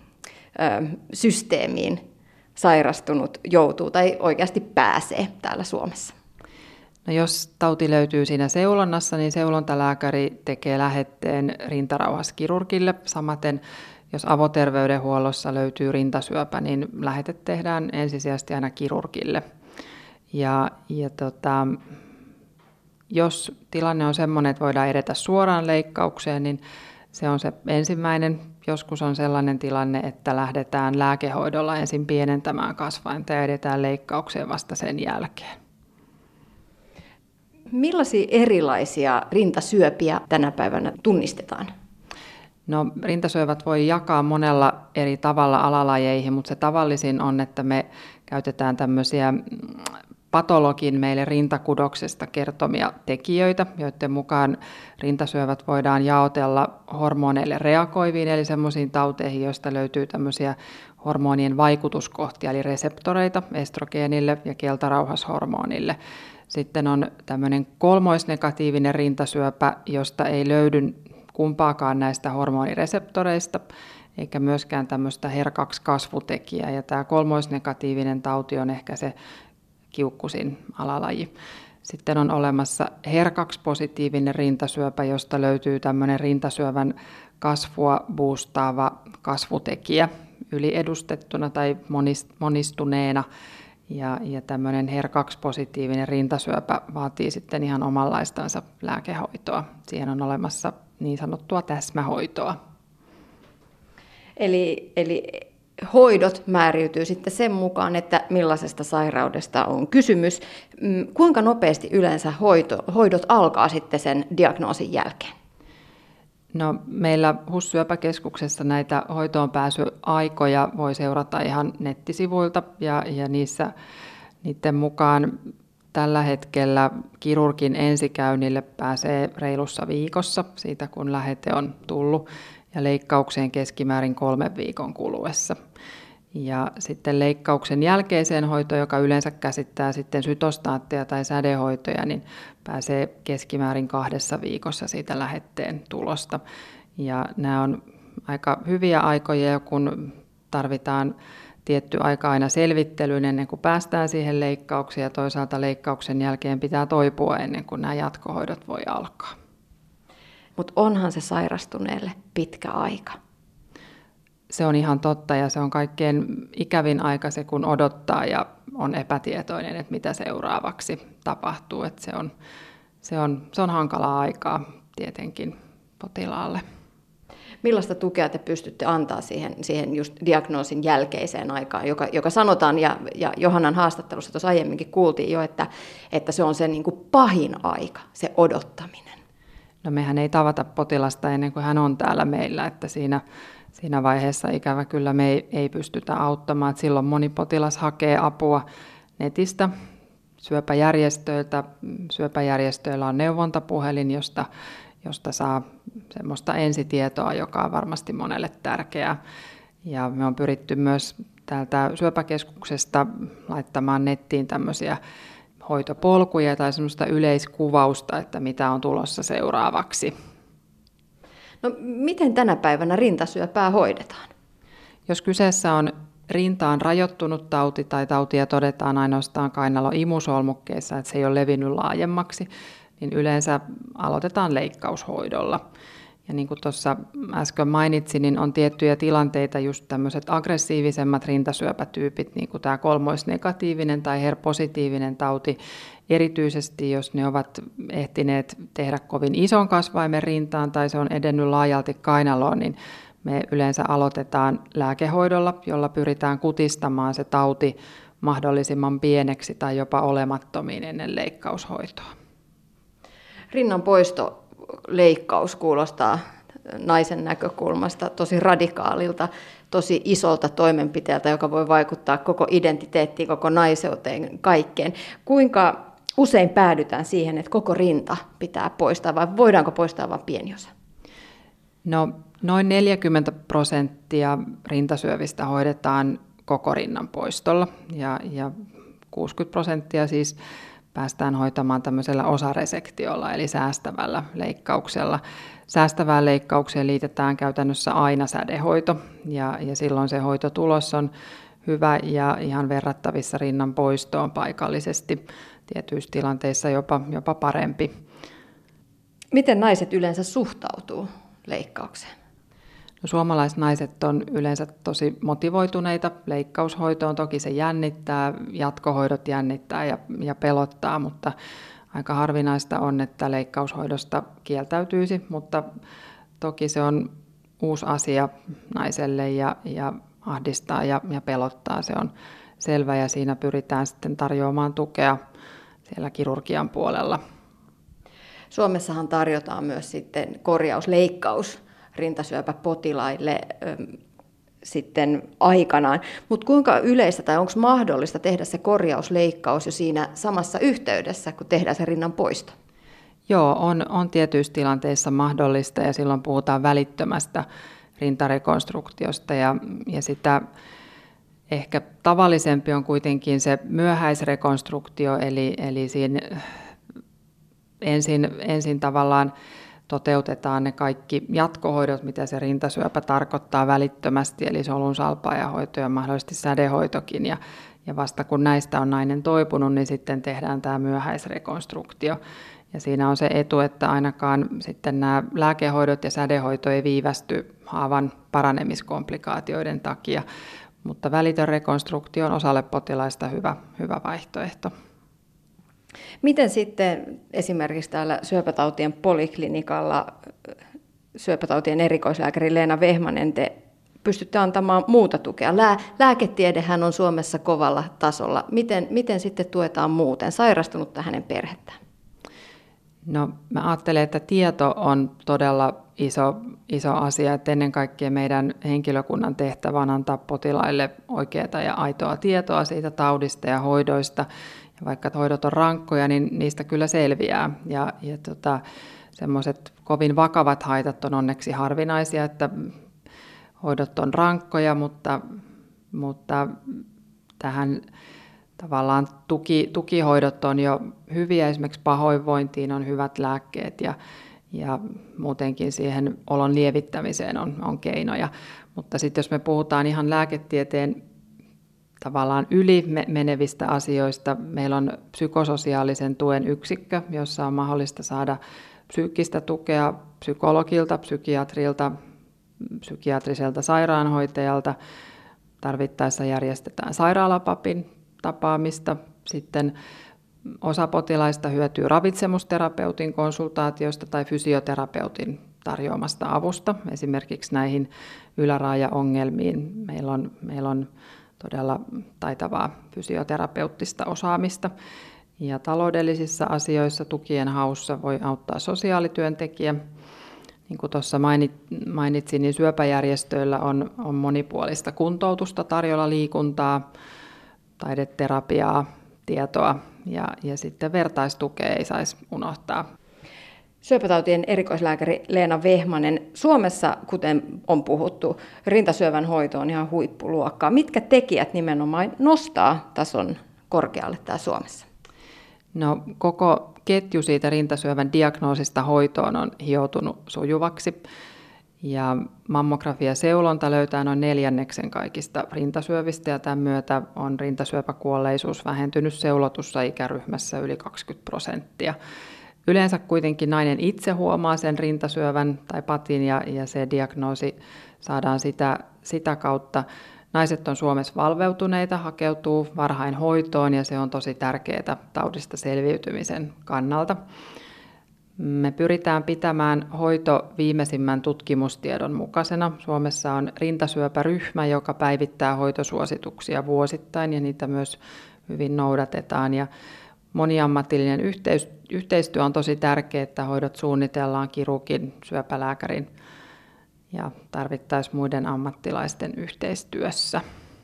systeemiin sairastunut joutuu tai oikeasti pääsee täällä Suomessa? No jos tauti löytyy siinä seulonnassa, niin seulontalääkäri tekee lähetteen rintarauhaskirurgille. Samaten jos avoterveydenhuollossa löytyy rintasyöpä, niin lähete tehdään ensisijaisesti aina kirurgille. Jos tilanne on sellainen, että voidaan edetä suoraan leikkaukseen, niin se on se ensimmäinen. Joskus on sellainen tilanne, että lähdetään lääkehoidolla ensin pienentämään kasvainta ja edetään leikkaukseen vasta sen jälkeen. Millaisia erilaisia rintasyöpiä tänä päivänä tunnistetaan? No, rintasyövät voi jakaa monella eri tavalla alalajeihin, mutta se tavallisin on, että me käytetään tämmöisiä patologin meille rintakudoksesta kertomia tekijöitä, joiden mukaan rintasyövät voidaan jaotella hormoneille reagoiviin, eli semmoisiin tauteihin, joista löytyy tämmöisiä hormonien vaikutuskohtia, eli reseptoreita estrogeenille ja keltarauhashormonille. Sitten on tämmöinen kolmoisnegatiivinen rintasyöpä, josta ei löydy kumpaakaan näistä hormonireseptoreista, eikä myöskään tämmöistä HER2-kasvutekijää. Ja tämä kolmoisnegatiivinen tauti on ehkä se kiukkusin alalaji. Sitten on olemassa HER2-positiivinen rintasyöpä, josta löytyy tämmöinen rintasyövän kasvua boostaava kasvutekijä yliedustettuna tai monistuneena. Ja tämmöinen HER2-positiivinen rintasyöpä vaatii sitten ihan omanlaistansa lääkehoitoa. Siihen on olemassa niin sanottua täsmähoitoa. Eli hoidot määräytyy sitten sen mukaan, että millaisesta sairaudesta on kysymys. Kuinka nopeasti yleensä hoidot alkaa sitten sen diagnoosin jälkeen? No, meillä HUS-syöpäkeskuksessa näitä hoitoonpääsyaikoja voi seurata ihan nettisivuilta ja niiden mukaan tällä hetkellä kirurgin ensikäynnille pääsee reilussa viikossa siitä, kun lähete on tullut, ja leikkaukseen keskimäärin 3 viikon kuluessa. Ja sitten leikkauksen jälkeiseen hoitoon, joka yleensä käsittää sitten sytostaatteja tai sädehoitoja, niin pääsee keskimäärin 2 viikossa siitä lähetteen tulosta. Ja nämä on aika hyviä aikoja, kun tarvitaan tietty aika aina selvittelyyn ennen kuin päästään siihen leikkaukseen, ja toisaalta leikkauksen jälkeen pitää toipua ennen kuin nämä jatkohoidot voi alkaa. Mutta onhan se sairastuneelle pitkä aika. Se on ihan totta, ja se on kaikkein ikävin aika se, kun odottaa ja on epätietoinen, että mitä seuraavaksi tapahtuu. Että se on hankalaa aikaa tietenkin potilaalle. Millaista tukea te pystytte antaa siihen just diagnoosin jälkeiseen aikaan, joka sanotaan, ja Johannan haastattelussa tuossa aiemminkin kuultiin jo, että se on se niin kuin pahin aika, se odottaminen. No, mehän ei tavata potilasta ennen kuin hän on täällä meillä, että siinä vaiheessa ikävä kyllä me ei pystytä auttamaan. Että silloin moni potilas hakee apua netistä, syöpäjärjestöiltä. Syöpäjärjestöillä on neuvontapuhelin, josta saa semmoista ensitietoa, joka on varmasti monelle tärkeää. Ja me on pyritty myös täältä syöpäkeskuksesta laittamaan nettiin tämmöisiä hoitopolkuja tai semmoista yleiskuvausta, että mitä on tulossa seuraavaksi. No, miten tänä päivänä rintasyöpää hoidetaan? Jos kyseessä on rintaan rajoittunut tauti tai tautia todetaan ainoastaan kainalon imusolmukkeissa, että se ei ole levinnyt laajemmaksi, niin yleensä aloitetaan leikkaushoidolla. Ja niin kuin tuossa äsken mainitsin, niin on tiettyjä tilanteita, just tämmöiset aggressiivisemmat rintasyöpätyypit, niin kuin tämä kolmoisnegatiivinen tai HER-positiivinen tauti, erityisesti jos ne ovat ehtineet tehdä kovin ison kasvaimen rintaan tai se on edennyt laajalti kainaloon, niin me yleensä aloitetaan lääkehoidolla, jolla pyritään kutistamaan se tauti mahdollisimman pieneksi tai jopa olemattomiin ennen leikkaushoitoa. Rinnan poistoleikkaus kuulostaa naisen näkökulmasta tosi radikaalilta, tosi isolta toimenpiteeltä, joka voi vaikuttaa koko identiteettiin, koko naiseuteen, kaikkeen. Kuinka usein päädytään siihen, että koko rinta pitää poistaa vai voidaanko poistaa vain pieni osa? No, noin 40% rintasyövistä hoidetaan koko rinnan poistolla ja 60% siis päästään hoitamaan tämmöisellä osaresektiolla eli säästävällä leikkauksella. Säästävään leikkaukseen liitetään käytännössä aina sädehoito ja silloin se hoitotulos on hyvä ja ihan verrattavissa rinnan poistoon paikallisesti, tietyissä tilanteissa jopa parempi. Miten naiset yleensä suhtautuu leikkaukseen? No, suomalaisnaiset on yleensä tosi motivoituneita leikkaushoitoon. Toki se jännittää, jatkohoidot jännittää ja pelottaa, mutta aika harvinaista on, että leikkaushoidosta kieltäytyisi, mutta toki se on uusi asia naiselle ja ahdistaa ja pelottaa. Se on selvä ja siinä pyritään sitten tarjoamaan tukea siellä kirurgian puolella. Suomessahan tarjotaan myös sitten korjausleikkaus rintasyöpäpotilaille sitten aikanaan. Mutta kuinka yleistä tai onko mahdollista tehdä se korjausleikkaus jo siinä samassa yhteydessä, kun tehdään se rinnan poisto? Joo, on tietyissä tilanteissa mahdollista ja silloin puhutaan välittömästä rintarekonstruktiosta ja sitä ehkä tavallisempi on kuitenkin se myöhäisrekonstruktio, eli siinä ensin tavallaan toteutetaan ne kaikki jatkohoidot, mitä se rintasyöpä tarkoittaa välittömästi, eli solun salpaajahoito ja mahdollisesti sädehoitokin. Ja vasta kun näistä on nainen toipunut, niin sitten tehdään tämä myöhäisrekonstruktio. Ja siinä on se etu, että ainakaan sitten nämä lääkehoidot ja sädehoito ei viivästy haavan paranemiskomplikaatioiden takia, mutta välitön rekonstruktio on osalle potilaista hyvä vaihtoehto. Miten sitten esimerkiksi täällä syöpätautien poliklinikalla syöpätautien erikoislääkäri Leena Vehmanen, te pystytte antamaan muuta tukea? Lääketiedehän on Suomessa kovalla tasolla. Miten sitten tuetaan muuten sairastunutta hänen perhettään? No, mä ajattelen, että tieto on todella iso asia, että ennen kaikkea meidän henkilökunnan tehtävä on antaa potilaille oikeaa ja aitoa tietoa siitä taudista ja hoidoista. Ja vaikka hoidot on rankkoja, niin niistä kyllä selviää. Ja semmoiset kovin vakavat haitat on onneksi harvinaisia, että hoidot on rankkoja, mutta tähän tavallaan tukihoidot on jo hyviä. Esimerkiksi pahoinvointiin on hyvät lääkkeet ja muutenkin siihen olon lievittämiseen on keinoja. Mutta sitten jos me puhutaan ihan lääketieteen tavallaan yli menevistä asioista, meillä on psykososiaalisen tuen yksikkö, jossa on mahdollista saada psyykkistä tukea psykologilta, psykiatrilta, psykiatriselta sairaanhoitajalta. Tarvittaessa järjestetään sairaalapapin tapaamista. Sitten osa potilaista hyötyy ravitsemusterapeutin konsultaatiosta tai fysioterapeutin tarjoamasta avusta. Esimerkiksi näihin yläraajaongelmiin meillä on todella taitavaa fysioterapeuttista osaamista. Ja taloudellisissa asioissa tukien haussa voi auttaa sosiaalityöntekijä. Niin kuin tuossa mainitsin, niin syöpäjärjestöillä on monipuolista kuntoutusta tarjolla, liikuntaa, taideterapiaa, tietoa ja sitten vertaistukea ei saisi unohtaa. Syöpätautien erikoislääkäri Leena Vehmanen, Suomessa, kuten on puhuttu, rintasyövän hoito on ihan huippuluokkaa. Mitkä tekijät nimenomaan nostaa tason korkealle täällä Suomessa? No, koko ketju siitä rintasyövän diagnoosista hoitoon on hioutunut sujuvaksi. Ja mammografiaseulonta löytää noin 1/4 kaikista rintasyövistä ja tämän myötä on rintasyöpäkuolleisuus vähentynyt seulotussa ikäryhmässä yli 20%. Yleensä kuitenkin nainen itse huomaa sen rintasyövän tai patin ja se diagnoosi saadaan sitä kautta. Naiset on Suomessa valveutuneita, hakeutuu varhain hoitoon ja se on tosi tärkeää taudista selviytymisen kannalta. Me pyritään pitämään hoito viimeisimmän tutkimustiedon mukaisena. Suomessa on rintasyöpäryhmä, joka päivittää hoitosuosituksia vuosittain ja niitä myös hyvin noudatetaan. Ja moniammatillinen yhteistyö on tosi tärkeää, että hoidot suunnitellaan kirurgin, syöpälääkärin ja tarvittaisiin muiden ammattilaisten yhteistyössä.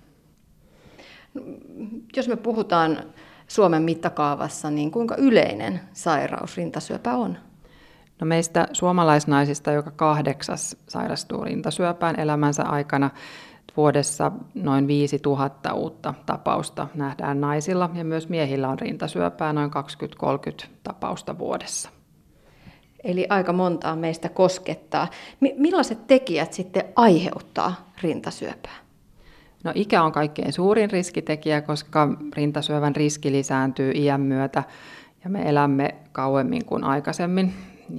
Jos me puhutaan Suomen mittakaavassa, niin kuinka yleinen sairaus rintasyöpä on? No meistä suomalaisnaisista joka 8. sairastuu rintasyöpään elämänsä aikana. Vuodessa noin 5000 uutta tapausta nähdään naisilla ja myös miehillä on rintasyöpää noin 20-30 tapausta vuodessa. Eli aika montaa meistä koskettaa. Millaiset tekijät sitten aiheuttaa rintasyöpää? No ikä on kaikkein suurin riskitekijä, koska rintasyövän riski lisääntyy iän myötä ja me elämme kauemmin kuin aikaisemmin.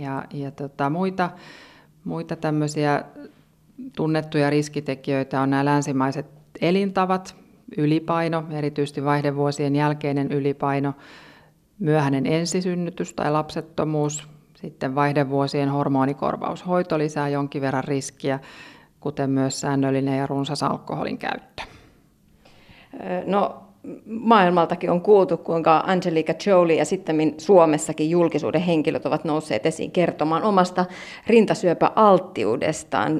Muita tämmöisiä tunnettuja riskitekijöitä on nämä länsimaiset elintavat, ylipaino, erityisesti vaihdevuosien jälkeinen ylipaino, myöhäinen ensisynnytys tai lapsettomuus, sitten vaihdevuosien hormonikorvaushoito lisää jonkin verran riskiä, kuten myös säännöllinen ja runsas alkoholin käyttö. No, maailmaltakin on kuultu, kuinka Angelina Jolie ja sitten Suomessakin julkisuuden henkilöt ovat nousseet esiin kertomaan omasta rintasyöpäalttiudestaan.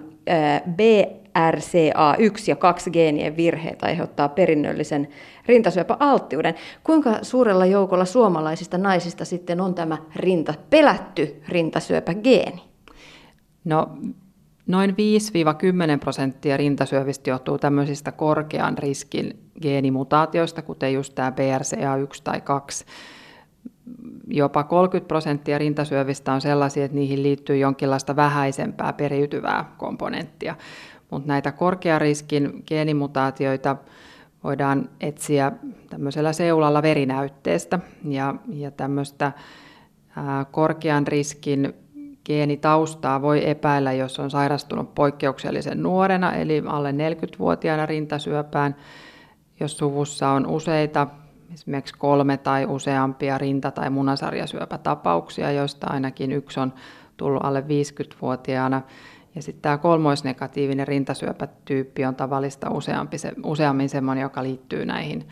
BRCA1 ja 2 geenien virheet aiheuttaa perinnöllisen rintasyöpäalttiuden. Kuinka suurella joukolla suomalaisista naisista sitten on tämä pelätty rintasyöpägeeni? No, noin 5-10% rintasyövistä johtuu tämmöisistä korkean riskin geenimutaatioista, kuten just tämä BRCA1 tai 2. Jopa 30% rintasyövistä on sellaisia, että niihin liittyy jonkinlaista vähäisempää periytyvää komponenttia. Mutta näitä korkean riskin geenimutaatioita voidaan etsiä tämmöisellä seulalla verinäytteestä. Ja tämmöistä korkean riskin geenitaustaa voi epäillä, jos on sairastunut poikkeuksellisen nuorena, eli alle 40-vuotiaana rintasyöpään, jos suvussa on useita, esimerkiksi 3 tai useampia rinta- tai munasarjasyöpätapauksia, joista ainakin yksi on tullut alle 50-vuotiaana. Ja sitten tämä kolmoisnegatiivinen rintasyöpätyyppi on tavallista useammin sellainen, joka liittyy näihin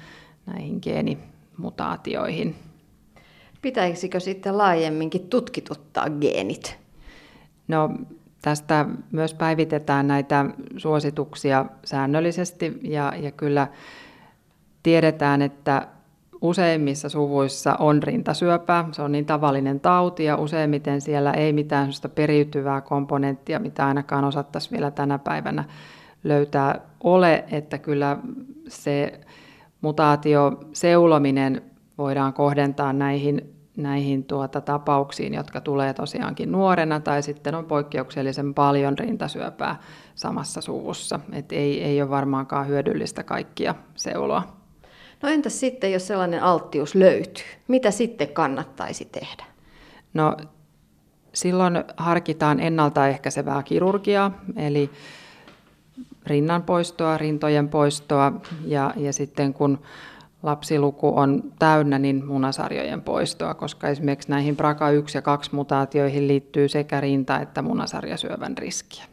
geenimutaatioihin. Pitäisikö sitten laajemminkin tutkituttaa geenit? No, tästä myös päivitetään näitä suosituksia säännöllisesti ja kyllä tiedetään, että useimmissa suvuissa on rintasyöpää. Se on niin tavallinen tauti ja useimmiten siellä ei mitään sellaista periytyvää komponenttia, mitä ainakaan osattaisiin vielä tänä päivänä löytää ole, että kyllä se mutaatioseulominen voidaan kohdentaa näihin tapauksiin, jotka tulee tosiaankin nuorena tai sitten on poikkeuksellisen paljon rintasyöpää samassa suvussa. Et ei ole varmaankaan hyödyllistä kaikkia seuloa. No entäs sitten, jos sellainen alttius löytyy? Mitä sitten kannattaisi tehdä? No silloin harkitaan ennaltaehkäisevää kirurgiaa, eli rinnan poistoa, rintojen poistoa ja sitten kun lapsiluku on täynnä, niin munasarjojen poistoa, koska esimerkiksi näihin BRCA1 ja 2 mutaatioihin liittyy sekä rinta- että munasarjasyövän riskiä.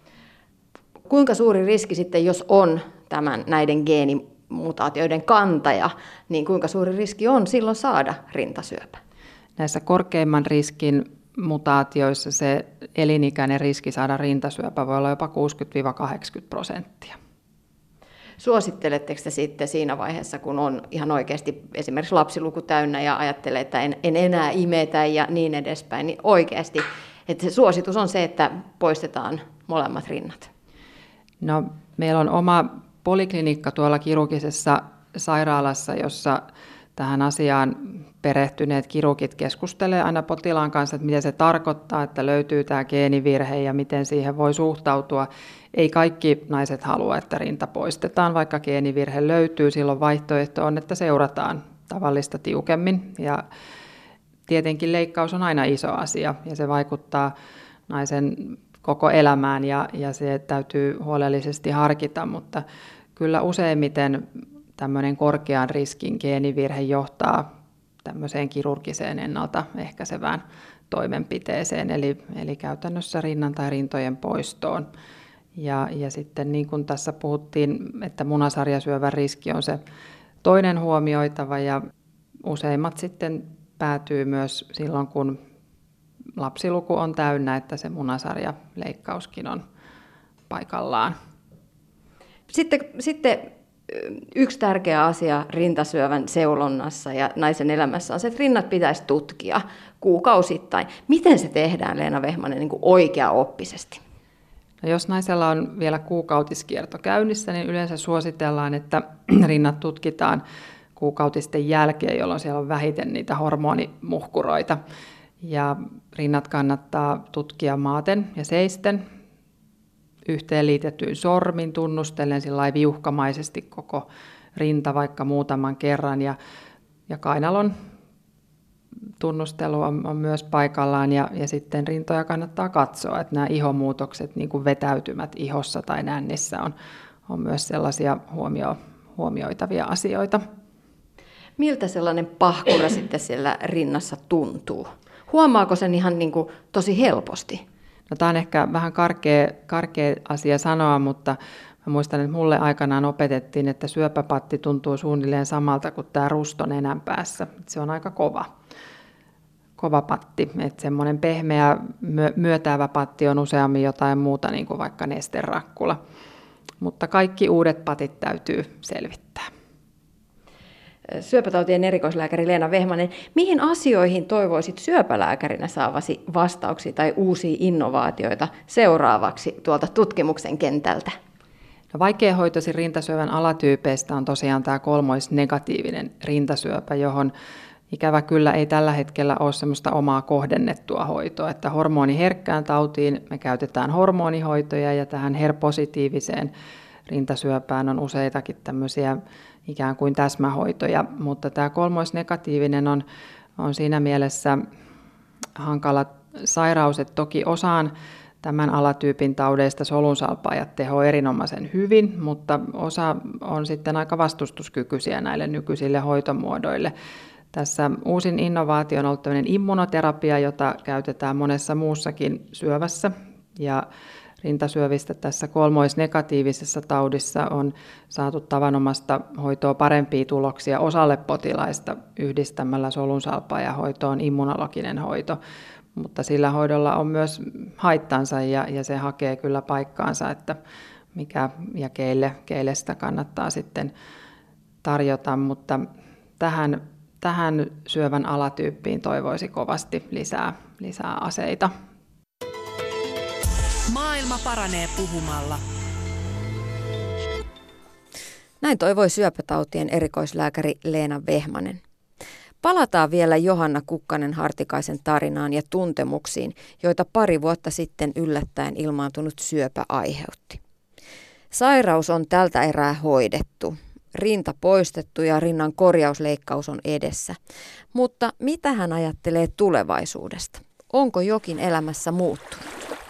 Kuinka suuri riski sitten, jos on näiden geenimutaatioiden kantaja, niin kuinka suuri riski on silloin saada rintasyöpä? Näissä korkeimman riskin mutaatioissa se elinikäinen riski saada rintasyöpä voi olla jopa 60-80%. Suositteletteko te sitten siinä vaiheessa, kun on ihan oikeasti esimerkiksi lapsiluku täynnä ja ajattelee, että en enää imetä ja niin edespäin, niin oikeasti, että se suositus on se, että poistetaan molemmat rinnat? No, meillä on oma poliklinikka tuolla kirurgisessa sairaalassa, jossa tähän asiaan perehtyneet kirurgit keskustelee aina potilaan kanssa, että mitä se tarkoittaa, että löytyy tämä geenivirhe ja miten siihen voi suhtautua. Ei kaikki naiset halua, että rinta poistetaan, vaikka geenivirhe löytyy. Silloin vaihtoehto on, että seurataan tavallista tiukemmin. Ja tietenkin leikkaus on aina iso asia ja se vaikuttaa naisen koko elämään ja se täytyy huolellisesti harkita, mutta kyllä useimmiten tämmöinen korkean riskin geenivirhe johtaa tämmöiseen kirurgiseen ennaltaehkäisevään toimenpiteeseen, eli käytännössä rinnan tai rintojen poistoon. Ja sitten niin kuin tässä puhuttiin, että munasarjasyövän riski on se toinen huomioitava, ja useimmat sitten päätyy myös silloin, kun lapsiluku on täynnä, että se munasarjaleikkauskin on paikallaan. Sitten yksi tärkeä asia rintasyövän seulonnassa ja naisen elämässä on se, että rinnat pitäisi tutkia kuukausittain. Miten se tehdään, Leena Vehmanen, niin kuin oikeaoppisesti? No, jos naisella on vielä kuukautiskierto käynnissä, niin yleensä suositellaan, että rinnat tutkitaan kuukautisten jälkeen, jolloin siellä on vähiten niitä hormonimuhkuroita. Ja rinnat kannattaa tutkia maaten ja seisten, yhteenliitetyin sormin tunnustellen sillä viuhkamaisesti koko rinta vaikka muutaman kerran. Ja kainalon tunnustelu on myös paikallaan ja sitten rintoja kannattaa katsoa, että nämä ihomuutokset, niin kuin vetäytymät ihossa tai nännissä on myös sellaisia huomioitavia asioita. Miltä sellainen pahkura sitten siellä rinnassa tuntuu? Huomaako sen ihan niin kuin tosi helposti? No, tämä on ehkä vähän karkea asia sanoa, mutta mä muistan, että mulle aikanaan opetettiin, että syöpäpatti tuntuu suunnilleen samalta kuin tämä rusto nenän päässä. Se on aika kova patti, että semmoinen pehmeä myötäävä patti on useammin jotain muuta, niin kuin vaikka nesterakkula. Mutta kaikki uudet patit täytyy selvittää. Syöpätautien erikoislääkäri Leena Vehmanen, mihin asioihin toivoisit syöpälääkärinä saavasi vastauksia tai uusia innovaatioita seuraavaksi tuolta tutkimuksen kentältä? No, vaikeahoitoisin rintasyövän alatyypeistä on tosiaan tämä kolmoisnegatiivinen rintasyöpä, johon ikävä kyllä ei tällä hetkellä ole semmoista omaa kohdennettua hoitoa, että hormoniherkkään tautiin me käytetään hormonihoitoja ja tähän HER-positiiviseen rintasyöpään on useitakin tämmöisiä ikään kuin täsmähoitoja, mutta tämä kolmoisnegatiivinen on siinä mielessä hankala sairaus, että toki osaan tämän alatyypin taudeista solunsalpaajat tehoavat erinomaisen hyvin, mutta osa on sitten aika vastustuskykyisiä näille nykyisille hoitomuodoille. Tässä uusin innovaatio on ollut tämmöinen immunoterapia, jota käytetään monessa muussakin syövässä, ja rintasyövistä tässä kolmoisnegatiivisessa taudissa on saatu tavanomaista hoitoa parempia tuloksia osalle potilaista yhdistämällä solunsalpaajahoitoon immunologinen hoito, mutta sillä hoidolla on myös haittansa ja se hakee kyllä paikkaansa, että mikä ja keille sitä kannattaa sitten tarjota, mutta tähän syövän alatyyppiin toivoisi kovasti lisää aseita. Maailma paranee puhumalla. Näin toivoi syöpätautien erikoislääkäri Leena Vehmanen. Palataan vielä Johanna Kukkanen-Hartikaisen tarinaan ja tuntemuksiin, joita pari vuotta sitten yllättäen ilmaantunut syöpä aiheutti. Sairaus on tältä erää hoidettu. Rinta poistettu ja rinnan korjausleikkaus on edessä. Mutta mitä hän ajattelee tulevaisuudesta? Onko jokin elämässä muuttunut?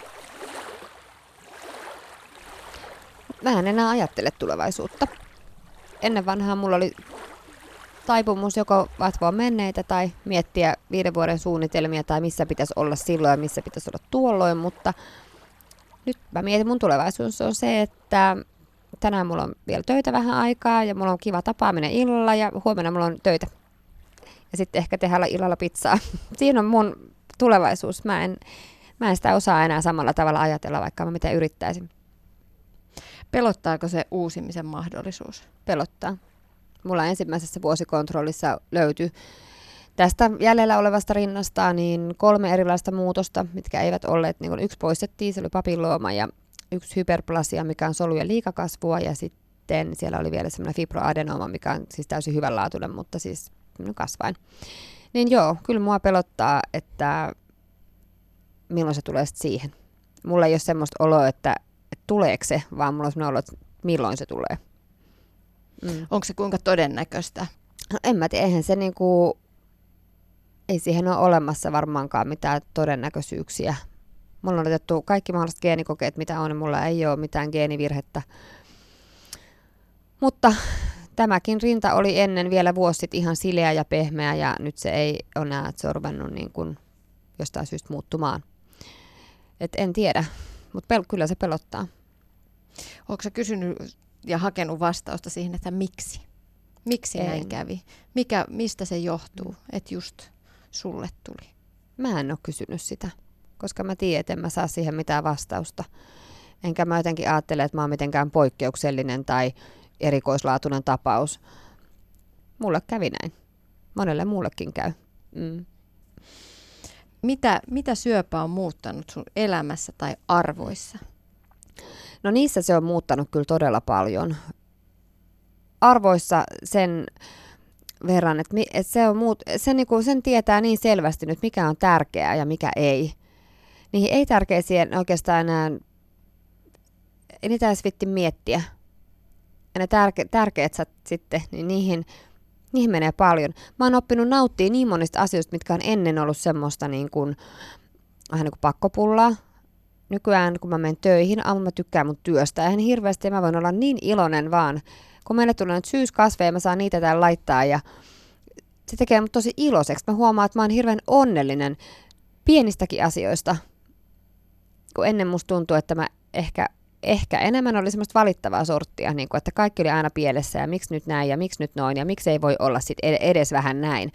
Mä en enää ajattele tulevaisuutta. Ennen vanhaa mulla oli taipumus joko vatvoa menneitä tai miettiä 5 vuoden suunnitelmia tai missä pitäisi olla silloin ja missä pitäisi olla tuolloin, mutta nyt mä mietin, mun tulevaisuus on se, että tänään mulla on vielä töitä vähän aikaa ja mulla on kiva tapaaminen illalla ja huomenna mulla on töitä. Ja sitten ehkä tehdään illalla pizzaa. Siinä on mun tulevaisuus. Mä en sitä osaa enää samalla tavalla ajatella, vaikka mä mitä yrittäisin. Pelottaako se uusimisen mahdollisuus? Pelottaa. Mulla ensimmäisessä vuosikontrollissa löytyi tästä jäljellä olevasta rinnasta niin 3 erilaista muutosta, mitkä eivät olleet, niin yksi poistettiin, se oli papillooma ja yksi hyperplasia, mikä on solujen liikakasvua ja sitten siellä oli vielä semmoinen fibroadenooma, mikä on siis täysin hyvänlaatuinen, mutta siis kasvain. Niin joo, kyllä mua pelottaa, että milloin se tulee sitten siihen. Mulla ei ole semmoista oloa, että tuleeko se, vaan mulla on semmoinen olo, että milloin se tulee. Onko se kuinka todennäköistä? No en mä tiedä, eihän se niinku, ei siihen ole olemassa varmaankaan mitään todennäköisyyksiä. Mulla on otettu kaikki mahdolliset geenikokeet, mitä on, mulla ei ole mitään geenivirhettä. Mutta tämäkin rinta oli ennen vielä vuosi sitten ihan sileä ja pehmeä ja nyt se ei ole näe, että se on ruvennut niin kuin jostain syystä muuttumaan. Et en tiedä, mutta kyllä se pelottaa. Oletko sä kysynyt ja hakenut vastausta siihen, että miksi? Miksi näin kävi? Mistä se johtuu, että just sulle tuli? Mä en ole kysynyt sitä, koska mä tiedän, että en mä saa siihen mitään vastausta. Enkä mä jotenkin ajattele, että mä oon mitenkään poikkeuksellinen tai erikoislaatuinen tapaus. Mulle kävi näin. Monelle muullekin käy. Mitä syöpä on muuttanut sun elämässä tai arvoissa? No niissä se on muuttanut kyllä todella paljon. Arvoissa sen verran, että sen tietää niin selvästi nyt, mikä on tärkeää ja mikä ei. Niihin ei tärkeisiin oikeastaan enää, ei niitä edes vitti miettiä. Ja ne tärkeät sitten, niin niihin menee paljon. Mä oon oppinut nauttia niin monista asioista, mitkä on ennen ollut semmoista vähän niin kuin pakkopullaa. Nykyään, kun mä menen töihin, aamulla mä tykkään mun työstä. Eihän hirveästi, ja mä voin olla niin iloinen vaan, kun meille tulee nyt syyskasveja, mä saan niitä täällä laittaa, ja se tekee mut tosi iloiseksi. Mä huomaan, että mä oon hirveän onnellinen pienistäkin asioista, kun ennen musta tuntuu, että mä ehkä enemmän oli semmoista valittavaa sorttia, niin kuin, että kaikki oli aina pielessä, ja miksi nyt näin, ja miksi nyt noin, ja miksi ei voi olla sit edes vähän näin.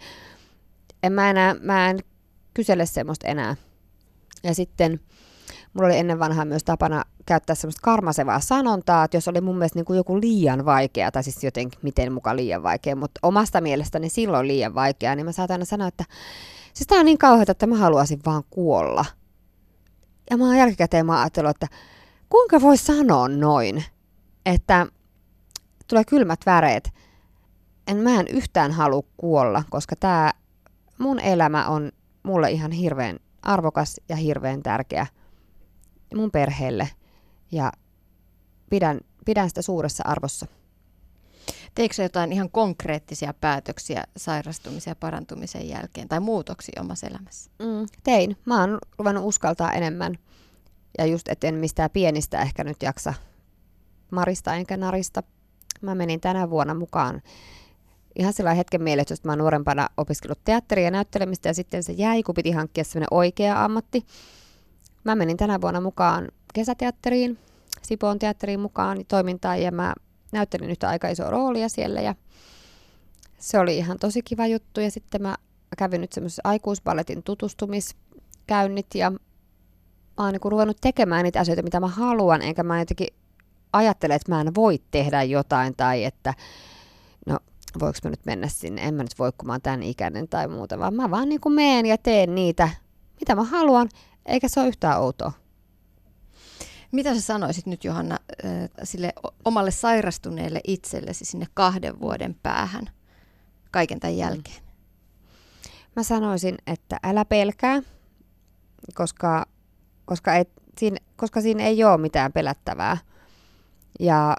Mä en kysele semmoista enää. Ja sitten mulla oli ennen vanhaa myös tapana käyttää semmoista karmasevaa sanontaa, että jos oli mun mielestä niin kuin joku liian vaikea, tai siis jotenkin miten muka liian vaikea, mutta omasta mielestäni silloin liian vaikea, niin mä saatan aina sanoa, että siis tää on niin kauheata, että mä haluaisin vaan kuolla. Ja mä oon jälkikäteen ajatellut, että kuinka voi sanoa noin, että tulee kylmät väreet. Mä en yhtään halua kuolla, koska tää mun elämä on mulle ihan hirveän arvokas ja hirveän tärkeä mun perheelle. Ja pidän sitä suuressa arvossa. Teikö jotain ihan konkreettisia päätöksiä sairastumisen ja parantumisen jälkeen tai muutoksia omassa elämässä? Tein. Mä oon ruvennut uskaltaa enemmän. Ja just, etten mistään pienistä ehkä nyt jaksa marista enkä narista. Mä menin tänä vuonna mukaan ihan sellainen hetken mielessä, että mä oon nuorempana opiskellut teatteria ja näyttelemistä ja sitten se jäi, kun piti hankkia sellainen oikea ammatti. Mä menin tänä vuonna mukaan kesäteatteriin, Sipoon teatteriin mukaan toimintaan ja mä näyttelin yhtä aika isoa roolia siellä ja se oli ihan tosi kiva juttu. Ja sitten mä kävin nyt semmoisessa aikuisballetin tutustumiskäynnit ja mä oon niin ruvennut tekemään niitä asioita, mitä mä haluan, enkä mä jotenkin ajattele, että mä en voi tehdä jotain tai että no voiko mä nyt mennä sinne, en mä nyt voi, kun mä oon tämän ikäinen tai muuta, vaan mä vaan niin kuin meen ja teen niitä, mitä mä haluan, eikä se ole yhtään outoa. Mitä sä sanoisit nyt, Johanna, sille omalle sairastuneelle itsellesi sinne 2 vuoden päähän kaiken tämän jälkeen? Mä sanoisin, että älä pelkää, koska siinä ei ole mitään pelättävää. Ja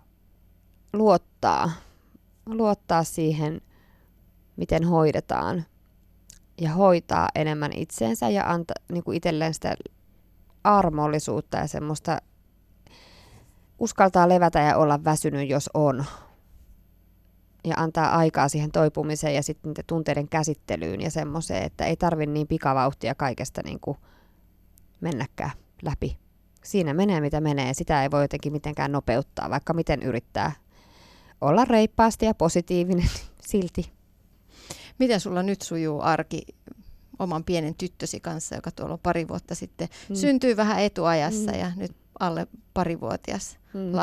luottaa siihen, miten hoidetaan. Ja hoitaa enemmän itseensä ja antaa niin kuin itselleen sitä armollisuutta ja semmoista uskaltaa levätä ja olla väsynyt, jos on. Ja antaa aikaa siihen toipumiseen ja sitten tunteiden käsittelyyn ja semmoiseen, että ei tarvitse niin pikavauhtia kaikesta niin kuin mennäkään läpi. Siinä menee mitä menee, sitä ei voi jotenkin mitenkään nopeuttaa, vaikka miten yrittää olla reippaasti ja positiivinen silti. Miten sulla nyt sujuu arki oman pienen tyttösi kanssa, joka tuolla on 2 vuotta sitten syntyi vähän etuajassa ja nyt alle 2-vuotias lapsi?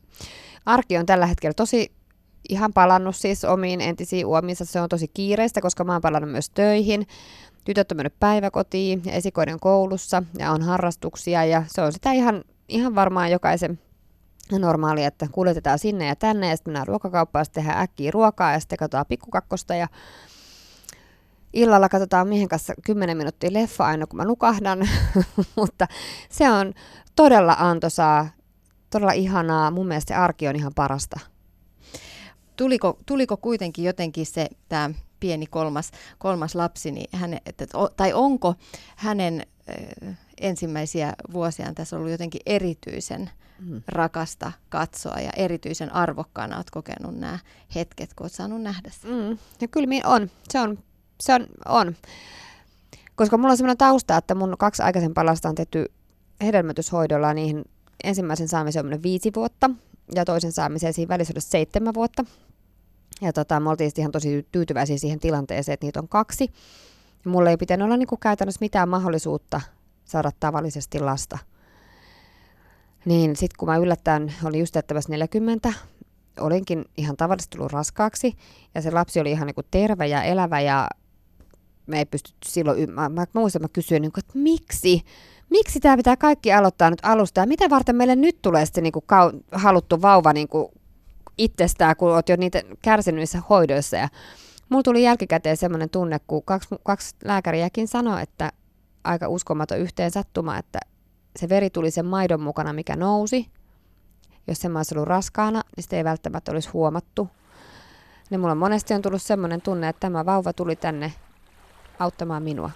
Arki on tällä hetkellä tosi ihan palannut siis omiin entisiin uomiinsa. Se on tosi kiireistä, koska mä oon palannut myös töihin. Tytöt on mennyt päiväkotiin ja esikoinen koulussa ja on harrastuksia ja se on sitä ihan varmaan jokaisen normaalia, että kuljetetaan sinne ja tänne ja sitten mennään ruokakauppaan, sitten tehdään äkkiä ruokaa ja sitten katsotaan Pikkukakkosta ja illalla katsotaan miehen kanssa 10 minuuttia leffa aina kun mä nukahdan, mutta se on todella antoisaa, todella ihanaa. Mun mielestä se arki on ihan parasta. Tuliko kuitenkin jotenkin tämä pieni kolmas lapsi, niin tai onko hänen ensimmäisiä vuosiaan tässä ollut jotenkin erityisen rakasta katsoa ja erityisen arvokkaana olet kokenut nämä hetket, kun olet saanut nähdä sen? Ja kyllä on. Se on. Koska mulla on sellainen tausta, että mun 2 aikaisempaa lasta on tehty hedelmöityshoidolla, niihin ensimmäisen saamiseen on 5 vuotta ja toisen saamiseen siinä välissä 7 vuotta. Ja me oltiin ihan tosi tyytyväisiä siihen tilanteeseen, että niitä on 2. Ja mulla ei pitänyt olla niinku käytännössä mitään mahdollisuutta saada tavallisesti lasta. Niin sitten kun mä yllättäen olin just täyttävässä 40, olinkin ihan tavallisesti tullut raskaaksi. Ja se lapsi oli ihan niinku terve ja elävä ja me ei pystytty silloin, mä muistan, että mä kysyin, että miksi tämä pitää kaikki aloittaa nyt alusta ja mitä varten meille nyt tulee sitten niinku haluttu vauva niinku itsestään, kun olet jo niitä kärsinyt niissä hoidoissa. Ja mulla tuli jälkikäteen semmoinen tunne, kun kaksi lääkäriäkin sanoi, että aika uskomaton yhteen sattuma, että se veri tuli sen maidon mukana, mikä nousi. Jos se olisi ollut raskaana, niin sitä ei välttämättä olisi huomattu. Ja mulla monesti on tullut semmoinen tunne, että tämä vauva tuli tänne auttamaan minua.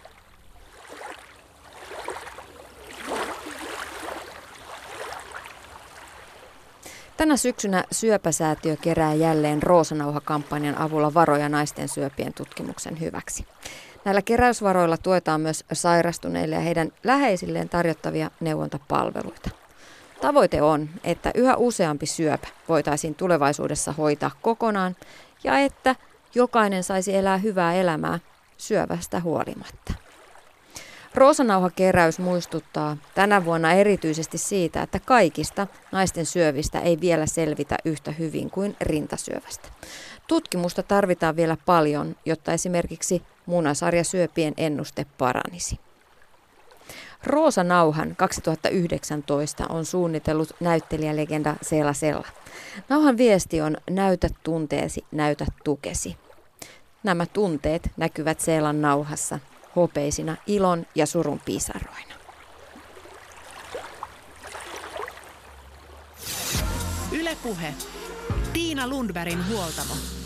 Tänä syksynä Syöpäsäätiö kerää jälleen Roosanauha-kampanjan avulla varoja naisten syöpien tutkimuksen hyväksi. Näillä keräysvaroilla tuetaan myös sairastuneille ja heidän läheisilleen tarjottavia neuvontapalveluita. Tavoite on, että yhä useampi syöpä voitaisiin tulevaisuudessa hoitaa kokonaan ja että jokainen saisi elää hyvää elämää syövästä huolimatta. Roosanauha-keräys muistuttaa tänä vuonna erityisesti siitä, että kaikista naisten syövistä ei vielä selvitä yhtä hyvin kuin rintasyövästä. Tutkimusta tarvitaan vielä paljon, jotta esimerkiksi munasarjasyöpien ennuste paranisi. Roosanauhan 2019 on suunnitellut näyttelijälegenda Seela Sella. Nauhan viesti on näytä tunteesi, näytä tukesi. Nämä tunteet näkyvät Seelan nauhassa hopeisina ilon ja surun pisaroina. Yle Puhe. Tiina Lundbergin huoltamo.